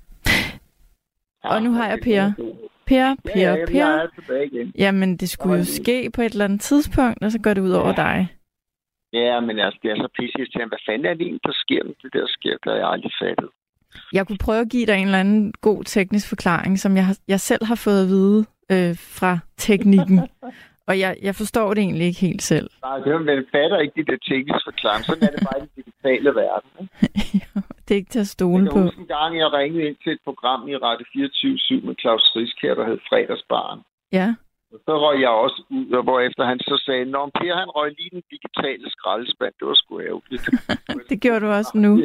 Og nu har jeg Per. Per, Per, ja, ja, Per. Jeg er tilbage igen. Jamen, det skulle jo ske på et eller andet tidspunkt, og så går det ud over ja. dig. Ja, men altså, det er så pisse til. Hvad fanden er det egentlig, der sker? Det der sker, der jeg aldrig fattet. Jeg kunne prøve at give dig en eller anden god teknisk forklaring, som jeg, har, jeg selv har fået at vide øh, fra teknikken. Og jeg, jeg forstår det egentlig ikke helt selv. Nej, det er, man fatter ikke de der tekniske forklaringer. Sådan er det bare i den digitale verden. Ikke? Jo, det er ikke til at stole på. Jeg husker en gang, jeg ringede ind til et program i Radio fireogtyve syv med Claus Riskær, der hed Fredagsbaren. Ja. Og så røg jeg også ud, og hvorefter han så sagde, nå, Per, han røg lige den digitale skraldespand. Det var sgu ærgerligt. Det gjorde du også nu.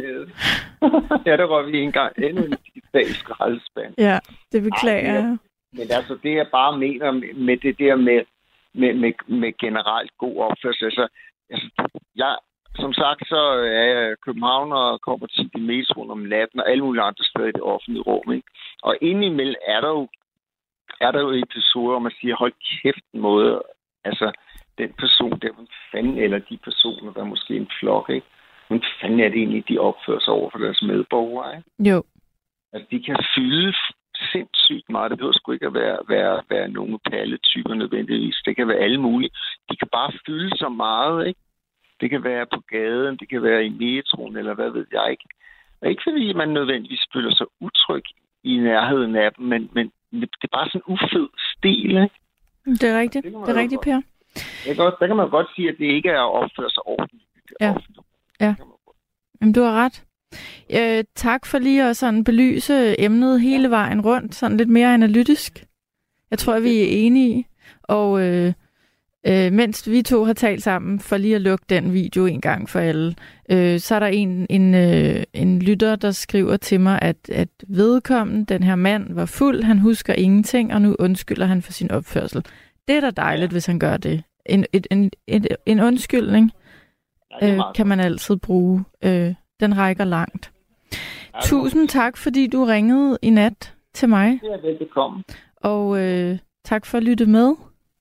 Ja, der røg vi en gang endnu en digital skraldespand. Ja, det beklager jeg. Men altså, det jeg bare mener med det der med, med, med, med generelt god opførsel. Altså, altså, jeg, som sagt, så er jeg København og kommer til de metroen om natten og alle mulige andre steder i det offentlige rum. Ikke? Og indimellem er der jo er der jo episoder, hvor man siger, hold kæft en måde, altså den person der, hvor fanden, eller de personer, der er måske en flok, ikke? Hvor fanden er det egentlig, de opfører sig over for deres medborgere, ikke? Jo. Altså, de kan fylde sindssygt meget. Det behøver sgu ikke at være, være, være nogle palletyper nødvendigvis. Det kan være alle mulige. De kan bare fylde så meget, ikke? Det kan være på gaden, det kan være i metroen, eller hvad ved jeg ikke. Og ikke fordi man nødvendigvis føler sig utryg i nærheden af dem, men, men det er bare sådan en ufed stil, ikke? Det er rigtigt. Det, det er rigtigt, Per. Det kan, der kan man godt sige, at det ikke er at opføre sig ordentligt. Ja, ja. Jamen, du har ret. Øh, tak for lige at sådan belyse emnet hele vejen rundt, sådan lidt mere analytisk. Jeg tror, vi er enige. Og øh, øh, mens vi to har talt sammen, for lige at lukke den video en gang for alle, øh, så er der en, en, øh, en lytter, der skriver til mig, at, at vedkommende, den her mand, var fuld, han husker ingenting, og nu undskylder han for sin opførsel. Det er da dejligt, ja. Hvis han gør det. En, et, en, et, en undskyldning ja, øh, kan man altid bruge. Øh, den rækker langt. Ja, Tusind tak, fordi du ringede i nat til mig. Det er velbekomme. Og øh, tak for at lytte med.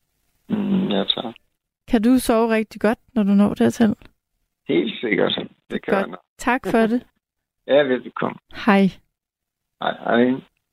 Mm, ja, tak. Kan du sove rigtig godt, når du når dertil? Helt sikkert. Det kan godt. Jeg. Tak for det. Ja, velbekomme. Hej. Hej, hej.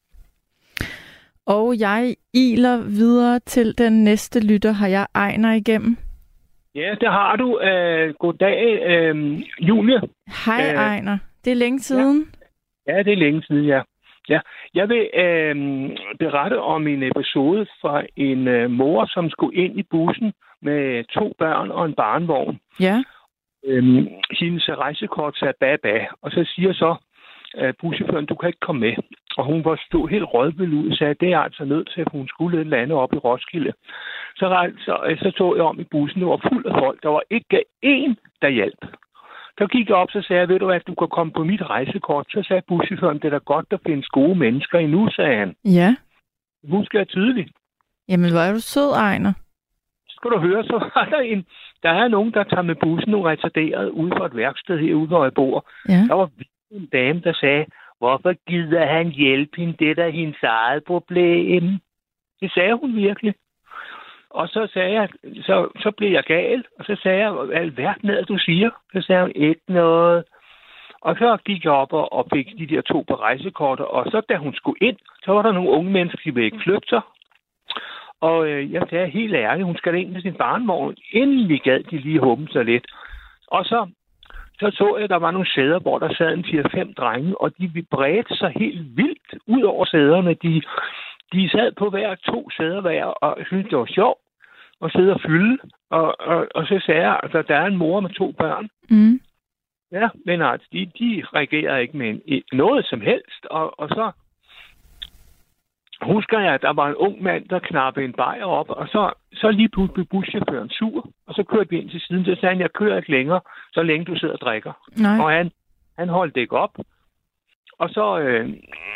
Og jeg iler videre til den næste lytter. Har jeg Ejner igennem? Ja, det har du. Uh, goddag, uh, Julie. Hej, uh, Ejner. Det er længe siden. Ja, ja det er længe siden, ja. ja. Jeg vil uh, berette om en episode fra en uh, mor, som skulle ind i bussen med to børn og en barnevogn. Ja. Uh, hendes rejsekort sagde bag bag, og så siger så uh, buschaufføren, du kan ikke komme med. Og hun var stå helt rødbel ud og sagde, det er altså nødt til, at hun skulle lande op i Roskilde. Så, så, så tog jeg om i bussen, det var fuld af folk. Der var ikke én, der hjalp. Så gik jeg op, så sagde jeg, ved du hvad, du kan komme på mit rejsekort. Så sagde buschaufføren, det er da godt, der findes gode mennesker endnu, sagde han. Ja. Husker jeg tydeligt. Jamen, hvor er du sød, Ejner. Så skal du høre, så er der en, der er nogen, der tager med bussen og retarderet ude for et værksted herude, hvor jeg bor. Ja. Der var en dame, der sagde, hvorfor gider han hjælpe hende? Det er da hendes eget problem. Det sagde hun virkelig. Og så sagde jeg, så, så blev jeg gal, og så sagde jeg, hvad alverden er det, du siger? Så sagde hun, ikke noget. Og så gik jeg op og, og fik de der to på rejsekorter, og så da hun skulle ind, så var der nogle unge mennesker, der ville ikke flytte sig. Og øh, jeg sagde helt ærligt, hun skal ind med sin barnevogn. Endelig gad de lige humpe sig lidt. Og så Så så jeg, at der var nogle sæder, hvor der sad en fire fem drenge, og de bredte sig helt vildt ud over sæderne. De, de sad på hver to sæder hver, og syntes, det var sjovt at sidde og fylde. Og, og, og så sagde jeg, at der er en mor med to børn. Mm. Ja, men altså, de, de reagerer ikke med en, noget som helst. Og, og så husker jeg, at der var en ung mand, der knappede en bajer op, og så, så lige pludselig blev buschaufføren sur, og så kørte vi ind til siden, så sagde han, jeg kører ikke længere, så længe du sidder og drikker. Nej. Og han, Han holdt ikke op. Og så, øh,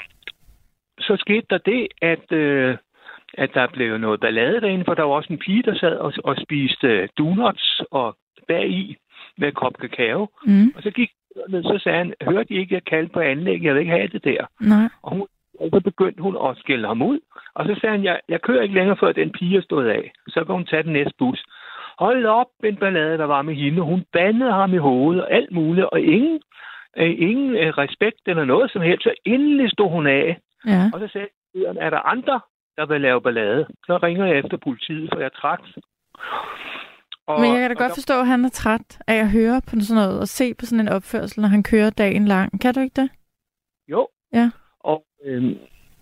så skete der det, at, øh, at der blev noget ballade derinde, for der var også en pige, der sad og, og spiste donuts og bagi med en kop kakao. Mm. Og så gik så sagde han, hørte I ikke, jeg kaldte på anlæg, jeg vil ikke have det der. Nej. Og, hun, og så begyndte hun at skælde ham ud. Og så sagde han, jeg, jeg kører ikke længere, før den pige er stået af. Så kan hun tage den næste bus. Hold op, en ballade, der var med hende. Hun bandede ham i hovedet og alt muligt, og ingen, øh, ingen øh, respekt eller noget som helst. Så endelig stod hun af. Ja. Og så sagde han, er der andre, der vil lave ballade? Så ringer jeg efter politiet, for jeg er træt. Og, Men jeg kan da godt der... forstå, at han er træt af at høre på sådan noget, og se på sådan en opførsel, når han kører dagen lang. Kan du ikke det? Jo. Ja. Og øhm,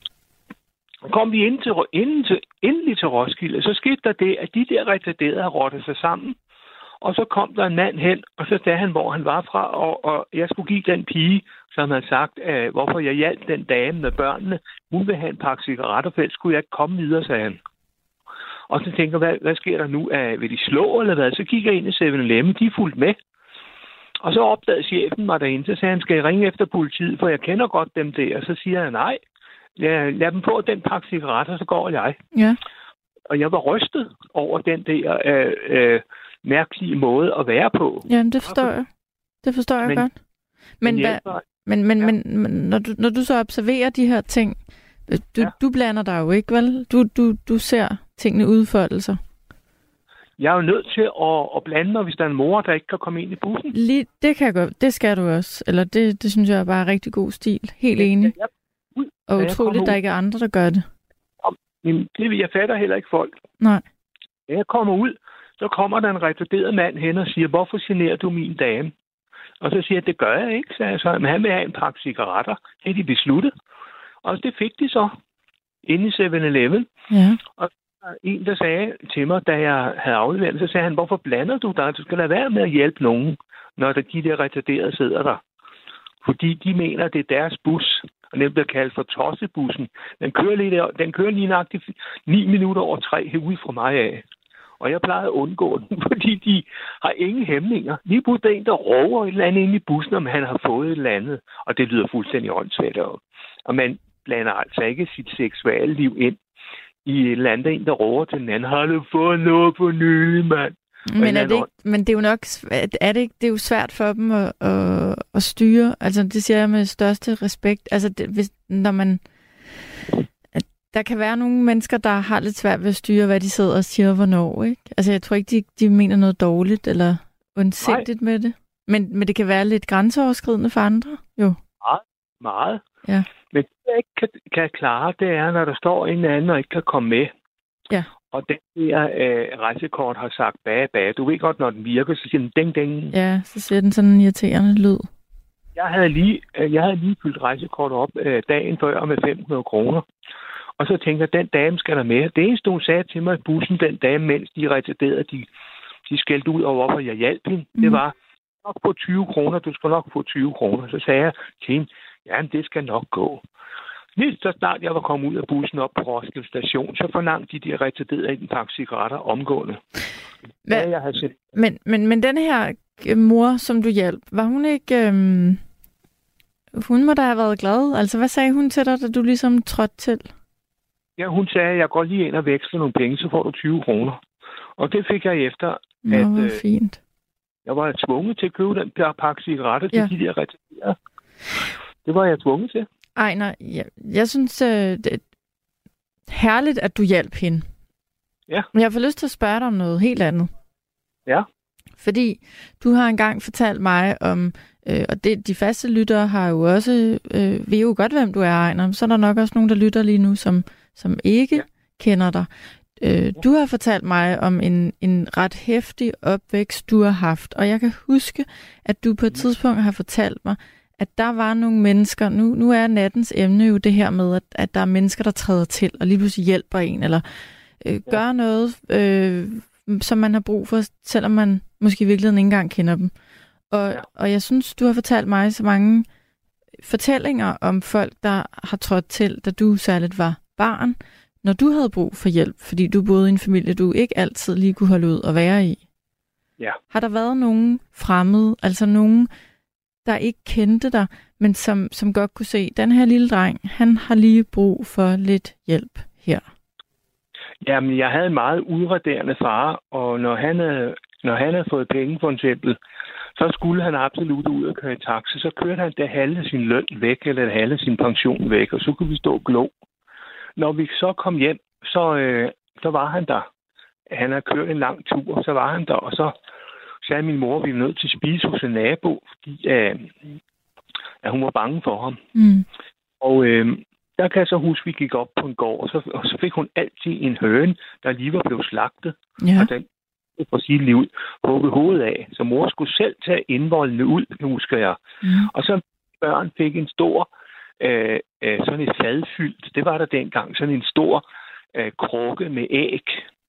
kom vi ind til, inden til, endelig til Roskilde, så skete der det, at de der retarderede rottede sig sammen. Og så kom der en mand hen, og så sagde han, hvor han var fra, og, og jeg skulle give den pige, som havde sagt, øh, hvorfor jeg hjalp den dame med børnene. Hun vil have en pakke cigaretter, for ellers skulle jeg ikke komme videre, sagde han. Og så tænker jeg, hvad, hvad sker der nu? Er, vil de slå, eller hvad? Så kigger jeg ind i syv elleve, de er fuldt med. Og så opdagede chefen mig derinde, så sagde han, skal jeg ringe efter politiet, for jeg kender godt dem der. Og så siger jeg, nej, lad, lad dem få den pakke cigaretter, så går jeg. Ja. Og jeg var rystet over den der øh, øh, mærkelige måde at være på. Jamen, det forstår jeg. Det forstår jeg men, godt. Men, men, hvad, men, men, ja. men, men når, du, når du så observerer de her ting, du, ja. du blander dig jo ikke, vel? Du, du, du ser tingene udfolde sig. Jeg er jo nødt til at, at blande mig, hvis der er en mor, der ikke kan komme ind i bussen. Lige, det kan jeg godt. Det skal du også. Eller det, det synes jeg er bare rigtig god stil. Helt enig. Ja, ja. Og utroligt, der ikke er andre, der gør det. Men det, jeg fatter heller ikke folk. Nej. Da jeg kommer ud, så kommer der en retarderet mand hen og siger, hvorfor generer du min dame? Og så siger jeg, det gør jeg ikke, sagde jeg så. Men han vil have en pakke cigaretter. Det er de besluttet. Og det fik de så inde i syv elleve. Ja. Og en, der sagde til mig, da jeg havde afleveret, så sagde han, hvorfor blander du dig? Du skal lade være med at hjælpe nogen, når der de der retarderede sidder der. Fordi de mener, at det er deres bus, og den bliver kaldt for tossebussen. Den kører lige, der, den kører lige nøjagtigt ni minutter over tre herude fra mig af. Og jeg plejede at undgå den, fordi de har ingen hæmninger. Lige pludselig er en, der råber et eller andet ind i bussen, om han har fået et eller andet. Og det lyder fuldstændig åndssvagt. Og man blander altså ikke sit seksuelle liv ind i et eller andet, en, der råber til den anden. Har du fået noget på nylig, mand? Men, er det ikke, men det er jo nok er det ikke, det er jo svært for dem at, at, at styre. Altså, det siger jeg med største respekt. Altså, det, hvis, når man... Der kan være nogle mennesker, der har lidt svært ved at styre, hvad de sidder og siger, hvornår, ikke? Altså, jeg tror ikke, de, de mener noget dårligt eller ondsindigt med det. Men, men det kan være lidt grænseoverskridende for andre, jo. Meget, meget. Ja. Men det, jeg ikke kan, kan klare, det er, når der står en anden og ikke kan komme med. Ja. Og den der øh, rejsekort har sagt bage, bage. Du ved godt, når den virker, så siger den ding, ding. Ja, så siger den sådan en irriterende lyd. Jeg havde lige, øh, jeg havde lige fyldt rejsekortet op øh, dagen før med fem hundrede kroner. Og så tænkte jeg, den dame skal der med. Det eneste, hun sagde til mig i bussen, den dame, mens de retarderede, de, de skældte ud over, hvorfor jeg hjalp hende, mm. det var, nok få tyve kroner, du skal nok få tyve kroner. Så sagde jeg til hende, ja, det skal nok gå. Lige så snart jeg var kommet ud af bussen op på Roskilde Station, så forlangte de, de retarderede en pakke cigaretter omgående. Hvad? Ja, jeg havde set. Men, men, men den her mor, som du hjalp, var hun ikke... Øhm... Hun må da have været glad. Altså, hvad sagde hun til dig, da du ligesom trådte til? Ja, hun sagde, at jeg går lige ind og veksler nogle penge, så får du tyve kroner. Og det fik jeg efter, Nå, at øh, fint. Jeg var tvunget til at købe den per pakke cigaretter til ja. de der retarderede. Det var jeg tvunget til. Ej, nej. Jeg, jeg synes, øh, det er herligt, at du hjalp hende. Ja. Men jeg får lyst til at spørge dig om noget helt andet. Ja. Fordi du har engang fortalt mig om, øh, og det, de faste lyttere har jo også, øh, ved jo godt, hvem du er, Ejner. Så er der nok også nogen, der lytter lige nu, som, som ikke ja. kender dig. Øh, ja. Du har fortalt mig om en, en ret heftig opvækst, du har haft. Og jeg kan huske, at du på et tidspunkt har fortalt mig, at der var nogle mennesker, nu, nu er nattens emne jo det her med, at, at der er mennesker, der træder til, og lige pludselig hjælper en, eller øh, ja. gør noget, øh, som man har brug for, selvom man måske i virkeligheden ikke engang kender dem. Og, ja. og jeg synes, du har fortalt mig så mange fortællinger om folk, der har trådt til, da du særligt var barn, når du havde brug for hjælp, fordi du boede i en familie, du ikke altid lige kunne holde ud og være i. Ja. Har der været nogen fremmede, altså nogen, der ikke kendte dig, men som, som godt kunne se, den her lille dreng, han har lige brug for lidt hjælp her? Jamen, jeg havde en meget udraderende far, og når han havde, når han havde fået penge, for eksempel, så skulle han absolut ud og køre i taxa. Så kørte han det halve sin løn væk, eller det halve sin pension væk, og så kunne vi stå og glo. Når vi så kom hjem, så, øh, så var han der. Han havde kørt en lang tur, så var han der, og så sagde min mor, at vi var nødt til at spise hos en nabo, fordi øh, at hun var bange for ham. Mm. Og øh, der kan jeg så huske, at vi gik op på en gård, og så, og så fik hun altid en høne, der lige var blevet slagtet. Ja. Og den for sit liv hugget hovedet af. Så mor skulle selv tage indvoldene ud, husker jeg. Mm. Og så børn fik en stor, øh, øh, sådan et fadfyldt, det var der dengang, sådan en stor øh, krukke med æg.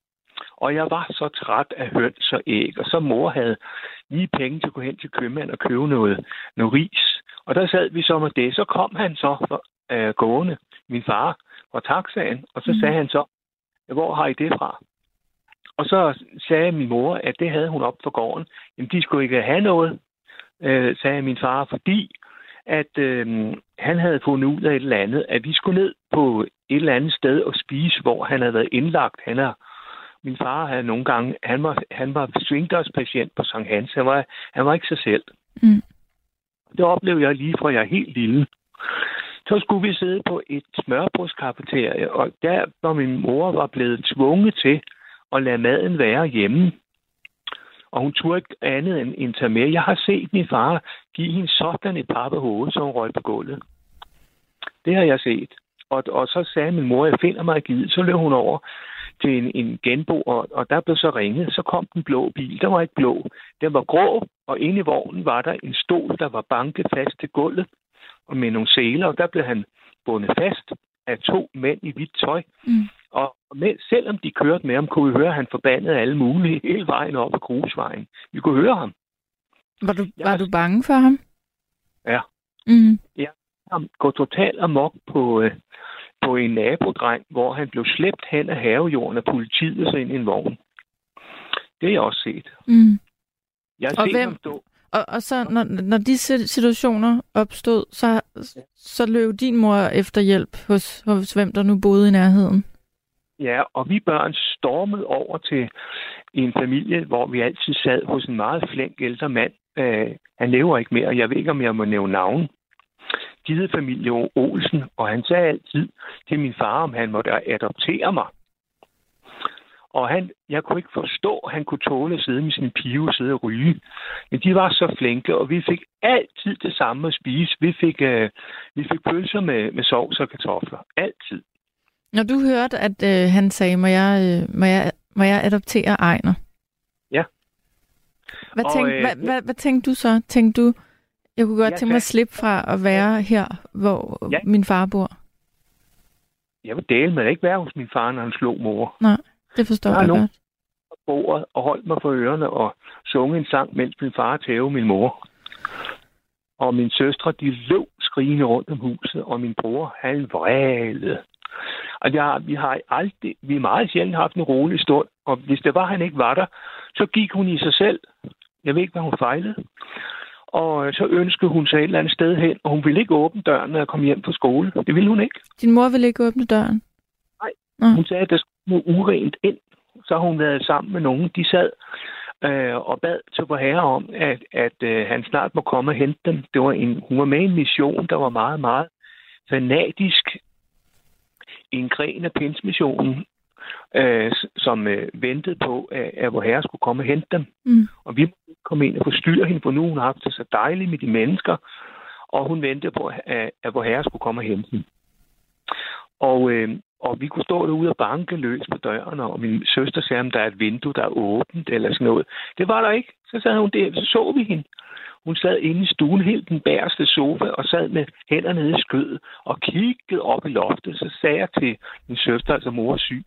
Og jeg var så træt af høns og æg, og så mor havde lige penge til at gå hen til købmanden og købe noget, noget ris. Og der sad vi så med det. Så kom han så øh, gående, min far, fra taxaen, og så mm. sagde han så, hvor har I det fra? Og så sagde min mor, at det havde hun op for gården. Jamen, de skulle ikke have noget, øh, sagde min far, fordi at øh, han havde fundet ud af et eller andet, at vi skulle ned på et eller andet sted og spise, hvor han havde været indlagt. Han er, min far havde nogle gange, han var, han var svingdørspatient på Sankt Hans. Han var, han var ikke sig selv. Mm. Det oplevede jeg lige fra jeg er helt lille. Så skulle vi sidde på et smørbrødskafeterie, og der hvor min mor var blevet tvunget til at lade maden være hjemme. Og hun turde ikke andet end, end tage med. Jeg har set min far give hende sådan et par på hovedet, så hun røg på gulvet. Det har jeg set. Og, og så sagde min mor, jeg finder mig givet. Så løb hun over til en, en genbo, og, og der blev så ringet. Så kom den blå bil. Der var ikke blå. Den var grå, og inde i vognen var der en stol, der var banket fast til gulvet, og med nogle seler, og der blev han bundet fast af to mænd i hvidt tøj. Mm. Og men, selvom de kørte med ham, kunne vi høre, at han forbandede alle mulige hele vejen op ad grusvejen. Vi kunne høre ham. Var du, var du bange for ham? Ja. Mm. Ja. Han går totalt amok på, øh, på en nabodreng, hvor han blev slæbt hen af havejorden af politiet og så ind i en vogn. Det har jeg også set. Mm. Jeg har og set hvem, ham stå. Og, og så, når, når de situationer opstod, så, så løb din mor efter hjælp hos, hos hvem der nu boede i nærheden? Ja, og vi børn stormede over til en familie, hvor vi altid sad hos en meget flink ældre mand. Uh, han lever ikke mere, jeg ved ikke, om jeg må nævne navn. De hed familie Olsen, og han sagde altid til min far, om han måtte adoptere mig. Og han, jeg kunne ikke forstå, at han kunne tåle at sidde med sin pige og sidde og ryge. Men de var så flinke, og vi fik altid det samme at spise. Vi fik, uh, vi fik pølser med, med sovs og kartofler. Altid. Når du hørte, at øh, han sagde, må jeg, øh, må, jeg, må jeg adoptere Ejner? Ja. Hvad, tænk, og, øh, hvad, hvad, hvad tænkte du så? Tænkte du, jeg kunne godt jeg tænke mig at slippe fra at være her, hvor ja. min far bor? Jeg vil dele med at ikke være hos min far, når han slog mor. Nej, det forstår jeg, jeg godt. På bordet og holdt mig for ørerne og sunge en sang, mens min far tævede min mor. Og min søstre, de løb skrigende rundt om huset, og min bror, han vrælede. Og jeg, vi har aldrig, vi har meget sjældent haft en rolig stund, og hvis det var, han ikke var der, så gik hun i sig selv. Jeg ved ikke, hvad hun fejlede. Og så ønskede hun sig et eller andet sted hen, og hun ville ikke åbne døren, når jeg kom hjem fra skole. Det ville hun ikke. Din mor ville ikke åbne døren? Nej. Mm. Hun sagde, at der skulle noget urent ind. Så har hun været sammen med nogen. De sad øh, og bad til vor herre om, at, at øh, han snart må komme og hente dem. Det var en, hun var med i en mission, der var meget, meget fanatisk. En gren af Pinsmissionen, øh, som øh, ventede på, at, at vor herre skulle komme og hente dem. Mm. Og vi kom ind og forstyrre hende, for nu hun har haft det så dejligt med de mennesker, og hun ventede på, at, at vor herre skulle komme og hente dem. Og, øh, og vi kunne stå derude og banke løs på døren, og min søster sagde, at der er et vindue, der er åbent, eller sådan noget. Det var der ikke. Så sad hun der, så så vi hende. Hun sad inde i stuen, helt den bagerste sofa, og sad med hænderne nede i skødet, og kiggede op i loftet. Så sagde jeg til min søster, altså mor er syg.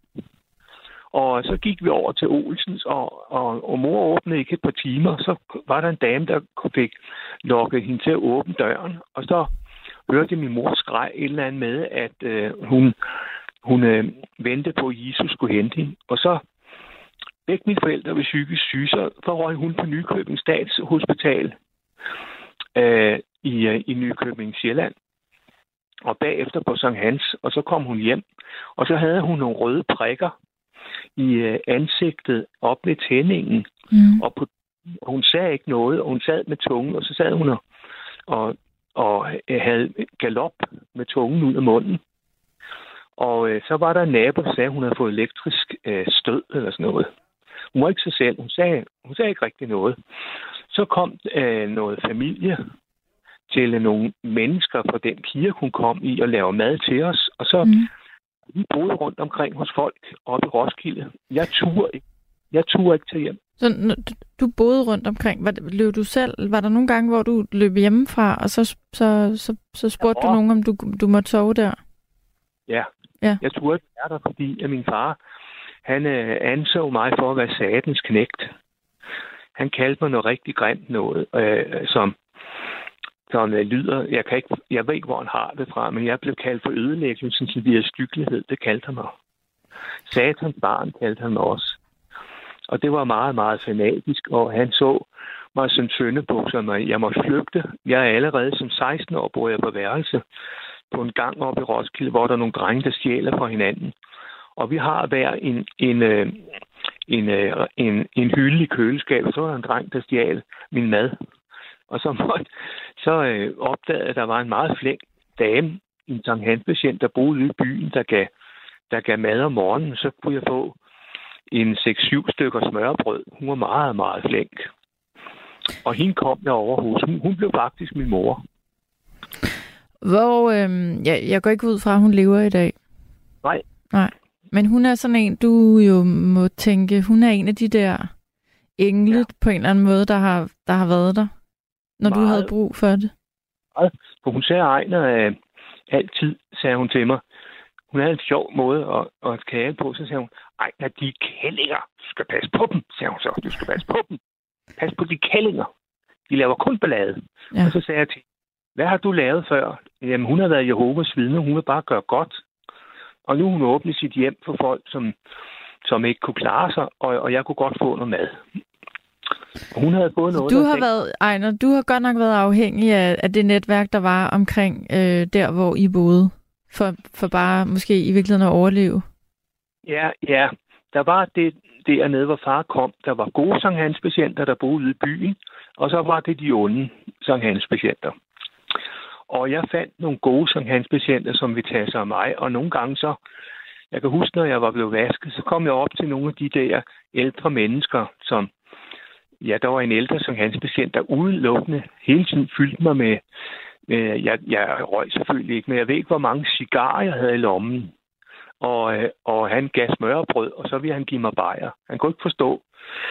Og så gik vi over til Olsens, og, og, og mor åbnede ikke et par timer. Så var der en dame, der fik lukket hende til at åbne døren. Og så hørte min mor skreg et eller andet med, at øh, hun, hun øh, ventede på, at Jesus skulle hente hende. Og så begge mine forældre var psykisk syge, så røg hun på Nykøbing Statshospital. øh, i, øh, i Nykøbing Sjælland. Og bagefter på Sankt Hans, og så kom hun hjem. Og så havde hun nogle røde prikker i øh, ansigtet op ved tændingen. Mm. Og, på, og hun sagde ikke noget, og hun sad med tungen, og så sad hun og, og, og havde galop med tungen ud af munden. Og øh, så var der en nabo, der sagde, at hun havde fået elektrisk øh, stød eller sådan noget. Hun var ikke sig selv. Hun sagde, hun sagde ikke rigtig noget. Så kom øh, noget familie til nogle mennesker fra den kirke, hun kom i, og lavede mad til os. Og så mm. vi boede rundt omkring hos folk oppe i Roskilde. Jeg turde ikke. Jeg turde ikke til hjem. Så du boede rundt omkring. Var, løb du selv? Var der nogle gange, hvor du løb hjemmefra, og så, så, så, så spurgte ja, du nogen, om du, du måtte sove der? Ja. ja. Jeg turde ikke være der, fordi at min far, han øh, anså mig for at være satans knægt. Han kaldte mig noget rigtig grimt noget, øh, som, som øh, lyder... Jeg, kan ikke, jeg ved ikke, hvor han har det fra, men jeg blev kaldt for ødelæggelsen til via styggelighed. Det kaldte han mig. Satans barn kaldte han mig også. Og det var meget, meget fanatisk, og han så mig som søndebukser, og jeg måtte flygte. Jeg er allerede som seksten år, boede jeg på værelse på en gang oppe i Roskilde, hvor der er nogle drenge, der stjæler fra hinanden. Og vi har hver en, en, en, en, en, en hylde i køleskabet, og så var der en dreng, der stjal min mad. Og så, måtte, så øh, opdagede jeg, at der var en meget flink dame, en Sankt Hans-patient, der boede ude i byen, der gav, der gav mad om morgenen. Så kunne jeg få en seks syv stykker smørbrød. Hun var meget, meget flink. Og hende kom jeg over hos. Hun, hun blev faktisk min mor. Hvor, øh, jeg, jeg går ikke ud fra, at hun lever i dag. Nej. Nej. Men hun er sådan en, du jo må tænke, hun er en af de der engle ja. på en eller anden måde, der har, der har været der, når meget. Du havde brug for det. Meget. For hun sagde Ejner øh, altid, sagde hun til mig. Hun havde en sjov måde at, at kæle på. Så sagde hun, Ejner, de kællinger, du skal passe på dem, sagde hun så. Du skal passe på dem. Pas på de kællinger. De laver kun ballade. Ja. Og så sagde jeg til, hvad har du lavet før? Jamen, hun har været Jehovas vidne. Hun vil bare gøre godt. Og nu hun åbnet sit hjem for folk, som, som ikke kunne klare sig, og, og jeg kunne godt få noget mad. Og hun havde fået noget... Du har tænkt, været, Ejner, du har godt nok været afhængig af, af det netværk, der var omkring øh, der, hvor I boede, for, for bare måske i virkeligheden at overleve. Ja, ja. Der var det dernede, hvor far kom. Der var gode Sankt Hans-patienter, der boede ude i byen, og så var det de onde Sankt Hans-patienter. Og jeg fandt nogle gode Sankt Hans-patienter, som ville tage sig af mig. Og nogle gange så, jeg kan huske, når jeg var blevet vasket, så kom jeg op til nogle af de der ældre mennesker, som, ja, der var en ældre Sankt Hans-patient, der udelukkende hele tiden fyldte mig med, med jeg, jeg røg selvfølgelig ikke, men jeg ved ikke, hvor mange cigarer jeg havde i lommen. Og, og han gav smørbrød, og så ville han give mig bajer. Han kunne ikke forstå.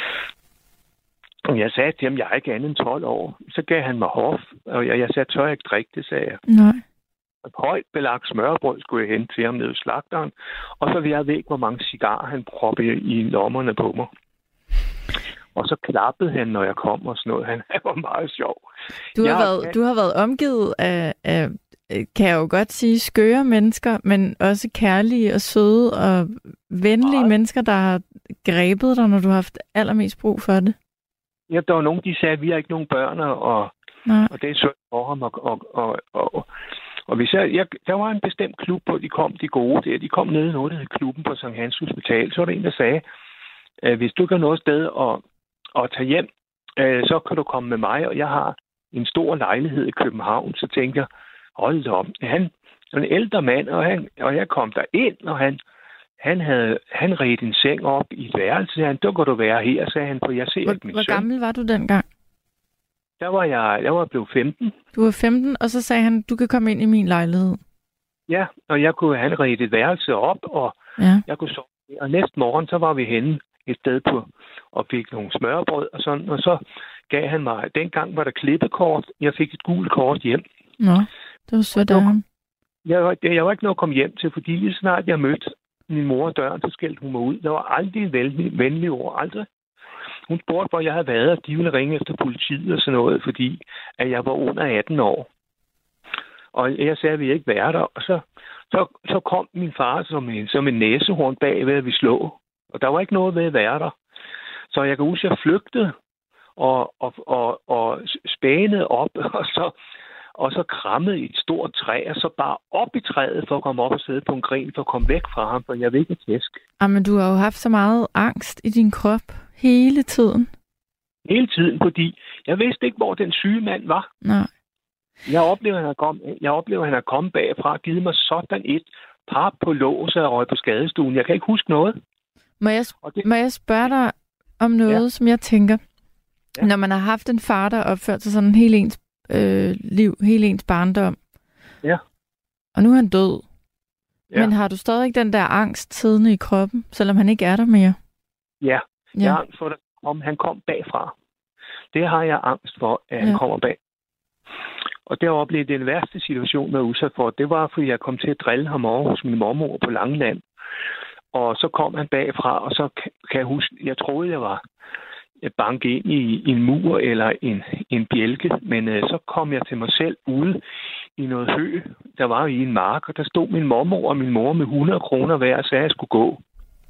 Og jeg sagde til ham, jeg er ikke andet end tolv år. Så gav han mig hof, og jeg, jeg sagde, tør jeg ikke drikke det, sagde jeg. Nej. Et højt belagt smørbrød skulle jeg hente til ham nede i slagteren, og så ville jeg ved ikke, hvor mange cigarer han proppede i lommerne på mig. Og så klappede han, når jeg kom og sådan noget. Han var meget sjov. Du har, jeg, været, du har været omgivet af, af, kan jeg jo godt sige, skøre mennesker, men også kærlige og søde og venlige meget. Mennesker, der har grebet dig, når du har haft allermest brug for det. Ja, der var nogen, de sagde, at vi har ikke nogen børn, og, og det er synd for ham. Og, og, og, og, og hvis jeg, jeg, der var en bestemt klub, hvor de kom, de gode der. De kom ned i noget, der hed klubben på Sankt Hans Hospital. Så var der en, der sagde, at hvis du ikke har noget sted at, at tage hjem, så kan du komme med mig, og jeg har en stor lejlighed i København. Så tænkte jeg, hold da op, han er en ældre mand, og, han, og jeg kom der ind, og han... Han havde han redt en seng op i et værelse. Han, der kan du være her, sagde han, for jeg ser hvor, ikke min Hvor søn. gammel var du dengang? Der var jeg, jeg var blevet femten. Du var femten, og så sagde han, du kan komme ind i min lejlighed. Ja, og jeg kunne, han redde et værelse op, og ja. jeg kunne sove. Og næste morgen, så var vi henne et sted på, og fik nogle smørbrød og sådan, og så gav han mig, dengang var der klippekort, jeg fik et gult kort hjem. Nå, det var sødt af ham. Jeg var, jeg var ikke noget at komme hjem til, fordi lige snart jeg mødte min mor og døren, så skældte hun mig ud. Der var aldrig en venlig, venlig ord, aldrig. Hun spurgte, hvor jeg havde været, og de ville ringe efter politiet og sådan noget, fordi at jeg var under atten år. Og jeg sagde, at vi ikke være der. Og så, så, så kom min far som en, som en næsehorn bag ved, at vi slå. Og der var ikke noget ved at være der. Så jeg kan huske, at jeg flygtede. og, og, og, og spænede op, og så, og så krammede i et stort træ, og så bare op i træet for at komme op og sidde på en gren, for at komme væk fra ham, for jeg vil ikke tæsk. Jamen, du har jo haft så meget angst i din krop hele tiden. Hele tiden, fordi jeg vidste ikke, hvor den syge mand var. Nej. Jeg oplevede, at han er kommet, jeg oplevede, at han er kommet bagfra og givet mig sådan et par på lås og røg på skadestuen. Jeg kan ikke huske noget. Må jeg, det... må jeg spørge dig om noget, ja. som jeg tænker? Ja. Når man har haft en far, der opført sig sådan hele ens øh, liv, hele ens barndom. Ja. Og nu er han død. Ja. Men har du stadig den der angst siddende i kroppen, selvom han ikke er der mere? Ja. Jeg ja. har angst for, at om han kom bagfra. Det har jeg angst for, at ja. han kommer bag. Og deroppe blev den værste situation, jeg var udsat for. Det var, fordi jeg kom til at drille ham over hos min mormor på Langeland. Og så kom han bagfra, og så kan jeg huske, jeg troede, jeg var banket ind i, i en mur eller en, en bjælke. Men øh, så kom jeg til mig selv ude i noget hø, der var i en mark, og der stod min mormor og min mor med hundrede kroner hver, og sagde, at jeg skulle gå.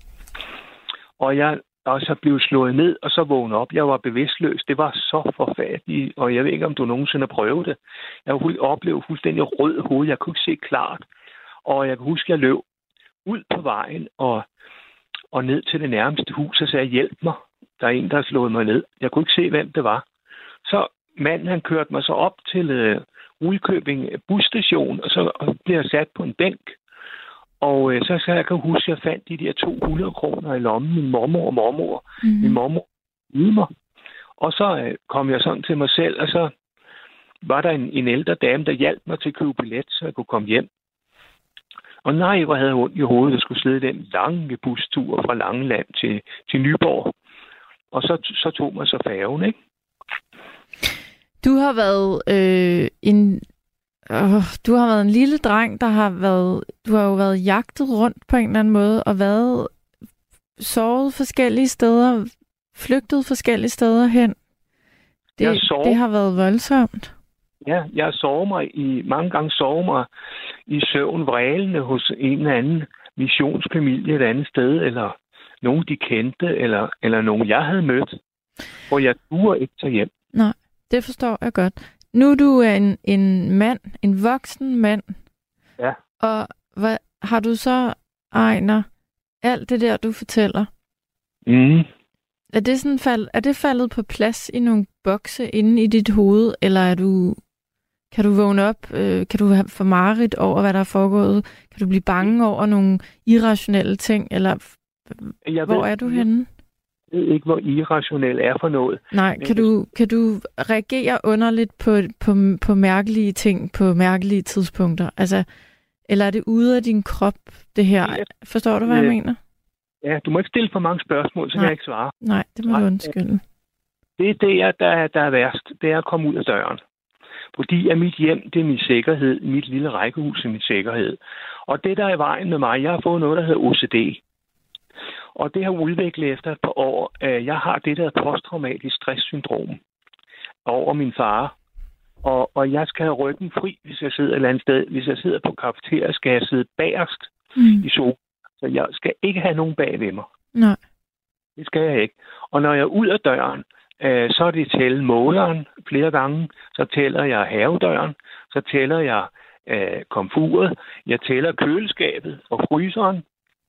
Og jeg og så blev slået ned, og så vågnede op. Jeg var bevidstløs. Det var så forfærdeligt, og jeg ved ikke, om du nogensinde har prøvet det. Jeg oplevede fuldstændig rød hoved. Jeg kunne ikke se klart. Og jeg kan huske, at jeg løb ud på vejen og, og ned til det nærmeste hus og sagde, hjælp mig. Der er en, der har slået mig ned. Jeg kunne ikke se, hvem det var. Så manden, han kørte mig så op til uh, Rudkøbing busstation, og så blev jeg sat på en bænk. Og øh, så, så jeg kan huske, at jeg fandt de der to hundrede kroner i lommen. Min mormor og mormor. Mm. Min mormor ydede mig. Og så øh, kom jeg sådan til mig selv, og så var der en, en ældre dame, der hjalp mig til at købe billet, så jeg kunne komme hjem. Og nej, hvor havde jeg ondt i hovedet, at skulle sidde den lange bustur fra Langeland til, til Nyborg. Og så, så tog man så færgen, ikke? Du har været øh, en... Oh, du har været en lille dreng, der har været... Du har jo været jagtet rundt på en eller anden måde, og været sovet forskellige steder, flygtet forskellige steder hen. Det, det har været voldsomt. Ja, jeg har sovet mig i... Mange gange sovet mig i søvn vrælende hos en eller anden missionsfamilie et andet sted, eller nogen, de kendte, eller, eller nogen, jeg havde mødt, hvor jeg turde ikke tage hjem. Nej, det forstår jeg godt. Nu er du en, en mand, en voksen mand. Ja. Og hvad, har du så, Ejner, alt det der, du fortæller? Mm. Er det, sådan fald, er det faldet på plads i nogle bokse inde i dit hoved, eller er du, kan du vågne op, øh, kan du have for mareridt over, hvad der er foregået? Kan du blive bange over nogle irrationelle ting, eller jeg hvor ved, er du henne? Jeg ved ikke, hvor irrationel er for noget. Nej, kan du, kan du reagere underligt på, på, på mærkelige ting på mærkelige tidspunkter? Altså, eller er det ude af din krop, det her? Forstår du, hvad jeg mener? Ja, du må ikke stille for mange spørgsmål, så kan jeg ikke svare. Nej, det må du undskylde. Det er det, der, der er værst. Det er at komme ud af døren. Fordi at mit hjem, det er min sikkerhed. Mit lille rækkehus er min sikkerhed. Og det, der er i vejen med mig, jeg har fået noget, der hedder O C D. Og det har udviklet efter et par år. Jeg har det, der hedder posttraumatisk stresssyndrom over min far. Og, og jeg skal have ryggen fri, hvis jeg sidder et eller andet sted. Hvis jeg sidder på cafeteria, skal jeg sidde bagerst mm. i solen. Så jeg skal ikke have nogen bag ved mig. Nej. Det skal jeg ikke. Og når jeg er ud af døren, øh, så er det tælle måleren flere gange. Så tæller jeg havedøren. Så tæller jeg øh, komfuret. Jeg tæller køleskabet og fryseren.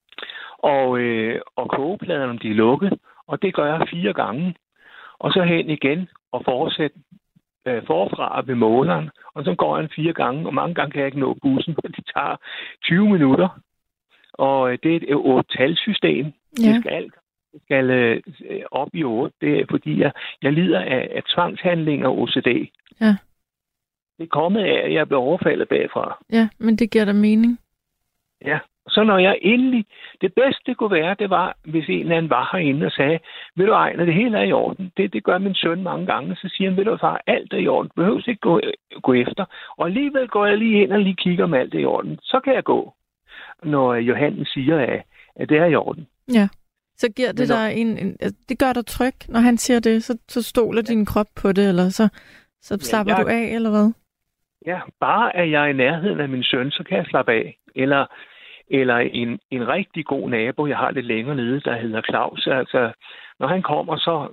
Og, øh, og kogepladerne, om de er lukket. Og det gør jeg fire gange. Og så hen igen og fortsætte øh, forfra ved måleren. Og så går jeg fire gange, og mange gange kan jeg ikke nå bussen, for det tager tyve minutter. Og øh, det er et otte-talssystem. Ja. Det skal, det skal øh, op i otte. Det er, fordi jeg, jeg lider af, af tvangshandlinger og O C D. Ja. Det er kommet af, at jeg blev overfaldet bagfra. Ja, men det giver da mening. Ja. Så når jeg endelig... Det bedste det kunne være, det var, hvis en eller anden var herinde og sagde, vil du Ejner, det hele er i orden. Det, det gør min søn mange gange. Så siger han, vil du far, alt er i orden. Behøves ikke gå, gå efter. Og alligevel går jeg lige ind og lige kigger, om alt er i orden. Så kan jeg gå, når Johannes siger, at, at det er i orden. Ja, så giver det dig en, en... Det gør dig tryg, når han siger det. Så, så stoler ja. din krop på det, eller så, så slapper ja, jeg, du af, eller hvad? Ja, bare at jeg er i nærheden af min søn, så kan jeg slappe af. Eller... Eller en, en rigtig god nabo, jeg har lidt længere nede, der hedder Claus. Altså, når han kommer, så,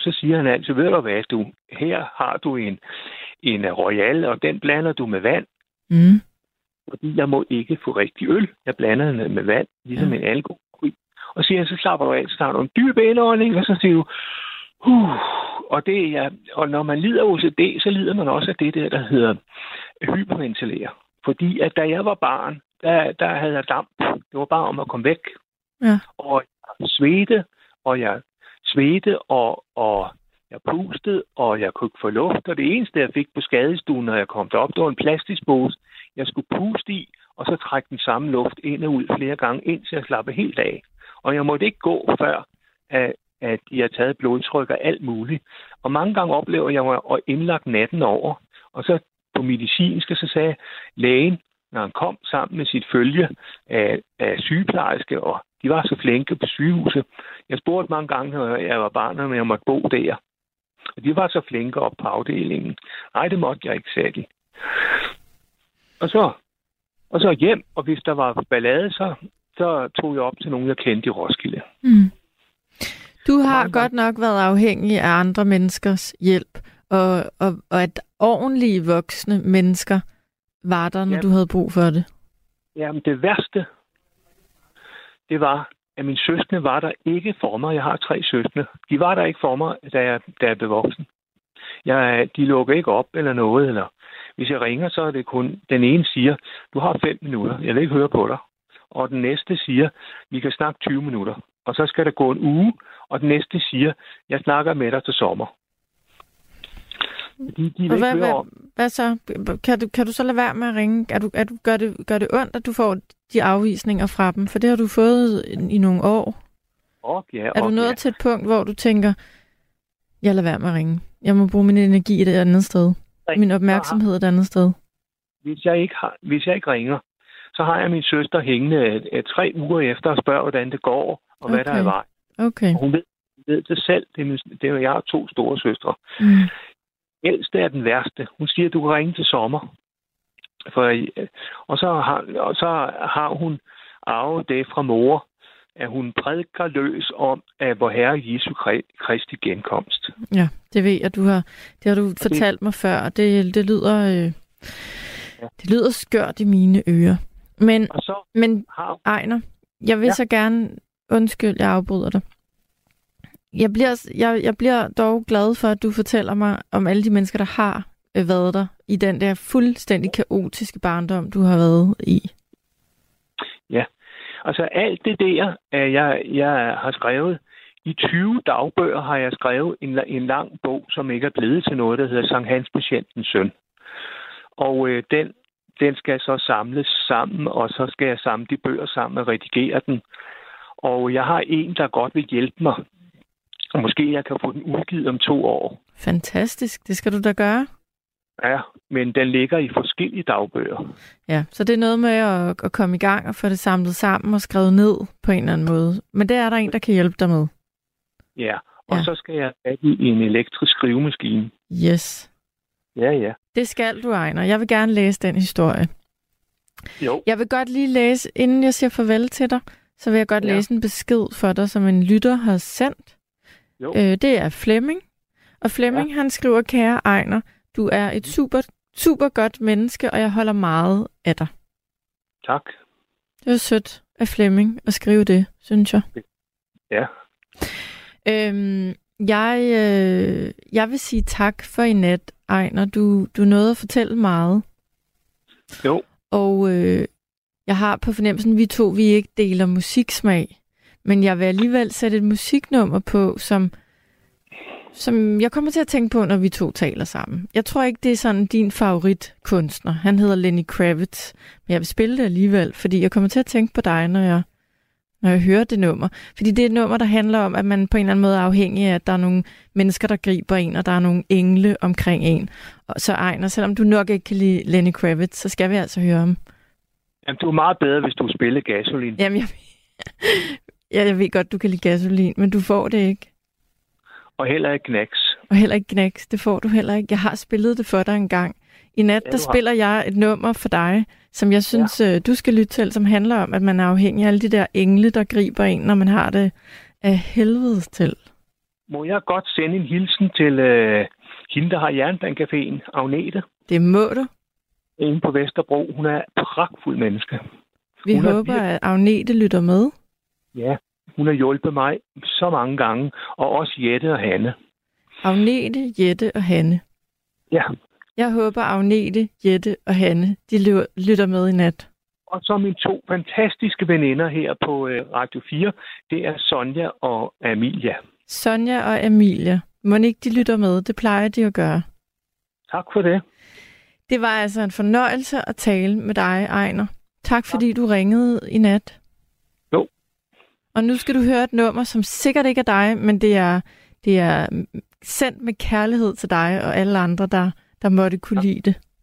så siger han altid, ved du hvad, du, her har du en, en Royal, og den blander du med vand. Mm. Fordi jeg må ikke få rigtig øl. Jeg blander den med vand, ligesom ja. en alkohol. Og siger, så slapper du af, så tager du en dyb indånding, og så siger du, uh, og, det er, ja, og når man lider af O C D, så lider man også af det der, der hedder hyperventilere. Fordi at da jeg var barn, der, der havde jeg damp. Det var bare om at komme væk. Ja. Og jeg svedte, og jeg svedte, og, og jeg pustede, og jeg kunne ikke få luft. Og det eneste, jeg fik på skadestuen, når jeg kom derop, det var en plastikpose, jeg skulle puste i, og så trække den samme luft ind og ud flere gange, indtil jeg slappede helt af. Og jeg måtte ikke gå før, at, at jeg havde taget blodtryk og alt muligt. Og mange gange oplever jeg mig at indlagt natten over. Og så på medicinske, så sagde lægen, når han kom sammen med sit følge af, af sygeplejerske, og de var så flinke på sygehuset. Jeg spurgte mange gange, når jeg var barn, om jeg måtte bo der. Og de var så flinke op på afdelingen. Nej, det måtte jeg ikke, sagde de. Og så, og så hjem, og hvis der var ballade, så, så tog jeg op til nogen, jeg kendte i Roskilde. Mm. Du har mange godt nok været afhængig af andre menneskers hjælp, og, og, og at ordentlige voksne mennesker var der, når jamen, du havde brug for det. Jamen, det værste, det var, at mine søskende var der ikke for mig. Jeg har tre søskende. De var der ikke for mig, da jeg, da jeg blev voksen. Jeg, de lukker ikke op eller noget, eller hvis jeg ringer, så er det kun, den ene siger, du har fem minutter, jeg vil ikke høre på dig. Og den næste siger, vi kan snakke tyve minutter. Og så skal der gå en uge, og den næste siger, jeg snakker med dig til sommer. De, de og hvad, hvad, hvad så? Kan du, kan du så lade være med at ringe? Er du, er du, gør, det, gør det ondt, at du får de afvisninger fra dem? For det har du fået i, i nogle år. Og ja, er du nået ja. til et punkt, hvor du tænker, jeg lader være med at ringe. Jeg må bruge min energi et andet sted. Min opmærksomhed et andet sted. Hvis jeg ikke, har, hvis jeg ikke ringer, så har jeg min søster hængende et, et, tre uger efter og spørger, hvordan det går, og okay. hvad der er vej. Okay. Og hun ved, ved det selv. Det er, min, det er, jeg har to store søstre. Mm. Ældste er den værste. Hun siger, at du kan ringe til sommer. For, og, så har, og så har hun arvet det fra mor, at hun prædiker løs om, at vor Herre Jesu Kristi genkomst. Ja, det ved jeg, du har, det har du og fortalt det, mig før, og det, det, lyder, øh, ja. det lyder skørt i mine ører. Men, så men har, Ejner, jeg vil ja. så gerne, undskyld, jeg afbryder dig. Jeg bliver, jeg, jeg bliver dog glad for, at du fortæller mig om alle de mennesker, der har øh, været der i den der fuldstændig kaotiske barndom, du har været i. Ja, altså alt det der, jeg, jeg har skrevet, i tyve dagbøger har jeg skrevet en, en lang bog, som ikke er blevet til noget, der hedder Sankt Hans Patientens Søn. Og øh, den, den skal så samles sammen, og så skal jeg samle de bøger sammen og redigere den. Og jeg har en, der godt vil hjælpe mig. Og måske jeg kan få den udgivet om to år. Fantastisk, det skal du da gøre. Ja, men den ligger i forskellige dagbøger. Ja, så det er noget med at, at komme i gang og få det samlet sammen og skrevet ned på en eller anden måde. Men det er der en, der kan hjælpe dig med. Ja, og ja. så skal jeg have i en elektrisk skrivemaskine. Yes. Ja, ja. Det skal du, Ejner. Jeg vil gerne læse den historie. Jo. Jeg vil godt lige læse, inden jeg siger farvel til dig, så vil jeg godt ja. læse en besked for dig, som en lytter har sendt. Jo. Øh, det er Flemming. Og Flemming, ja. han skriver, kære Ejner, du er et super, super godt menneske, og jeg holder meget af dig. Tak. Det var sødt af Flemming at skrive det, synes jeg. Ja. Øhm, jeg, øh, jeg vil sige tak for i nat, Ejner. Du, du nåede at fortælle meget. Jo. Og øh, jeg har på fornemmelsen, vi to vi ikke deler musiksmag. Men jeg vil alligevel sætte et musiknummer på, som, som jeg kommer til at tænke på, når vi to taler sammen. Jeg tror ikke, det er sådan din favoritkunstner. Han hedder Lenny Kravitz. Men jeg vil spille det alligevel, fordi jeg kommer til at tænke på dig, når jeg, når jeg hører det nummer. Fordi det er et nummer, der handler om, at man på en eller anden måde er afhængig af, at der er nogle mennesker, der griber en, og der er nogle engle omkring en. Og så Ejner, selvom du nok ikke kan lide Lenny Kravitz, så skal vi altså høre ham. Jamen, du er meget bedre, hvis du spiller Gasolin. Jamen, jeg... Ja, jeg ved godt, du kan lide Gasolin, men du får det ikke. Og heller ikke Knacks. Og heller ikke Knacks, det får du heller ikke. Jeg har spillet det for dig en gang. I nat, ja, der spiller jeg et nummer for dig, som jeg synes, ja. du skal lytte til, som handler om, at man er afhængig af alle de der engle, der griber en, når man har det af helvedes til. Må jeg godt sende en hilsen til øh, hende, der har Jernbanecaféen, Agnete? Det må du. Inde på Vesterbro. Hun er et pragtfuld menneske. Vi hun håber, virkelig... at Agnete lytter med. Ja, hun har hjulpet mig så mange gange. Og også Jette og Hanne. Agnete, Jette og Hanne. Ja. Jeg håber, Agnete, Jette og Hanne, de lytter med i nat. Og så mine to fantastiske veninder her på øh, Radio fire, det er Sonja og Amelia. Sonja og Amelia. Må ikke de lytter med? Det plejer de at gøre. Tak for det. Det var altså en fornøjelse at tale med dig, Ejner. Tak fordi du ringede i nat. Jo. Og nu skal du høre et nummer, som sikkert ikke er dig, men det er, det er sendt med kærlighed til dig og alle andre, der, der måtte kunne lide det.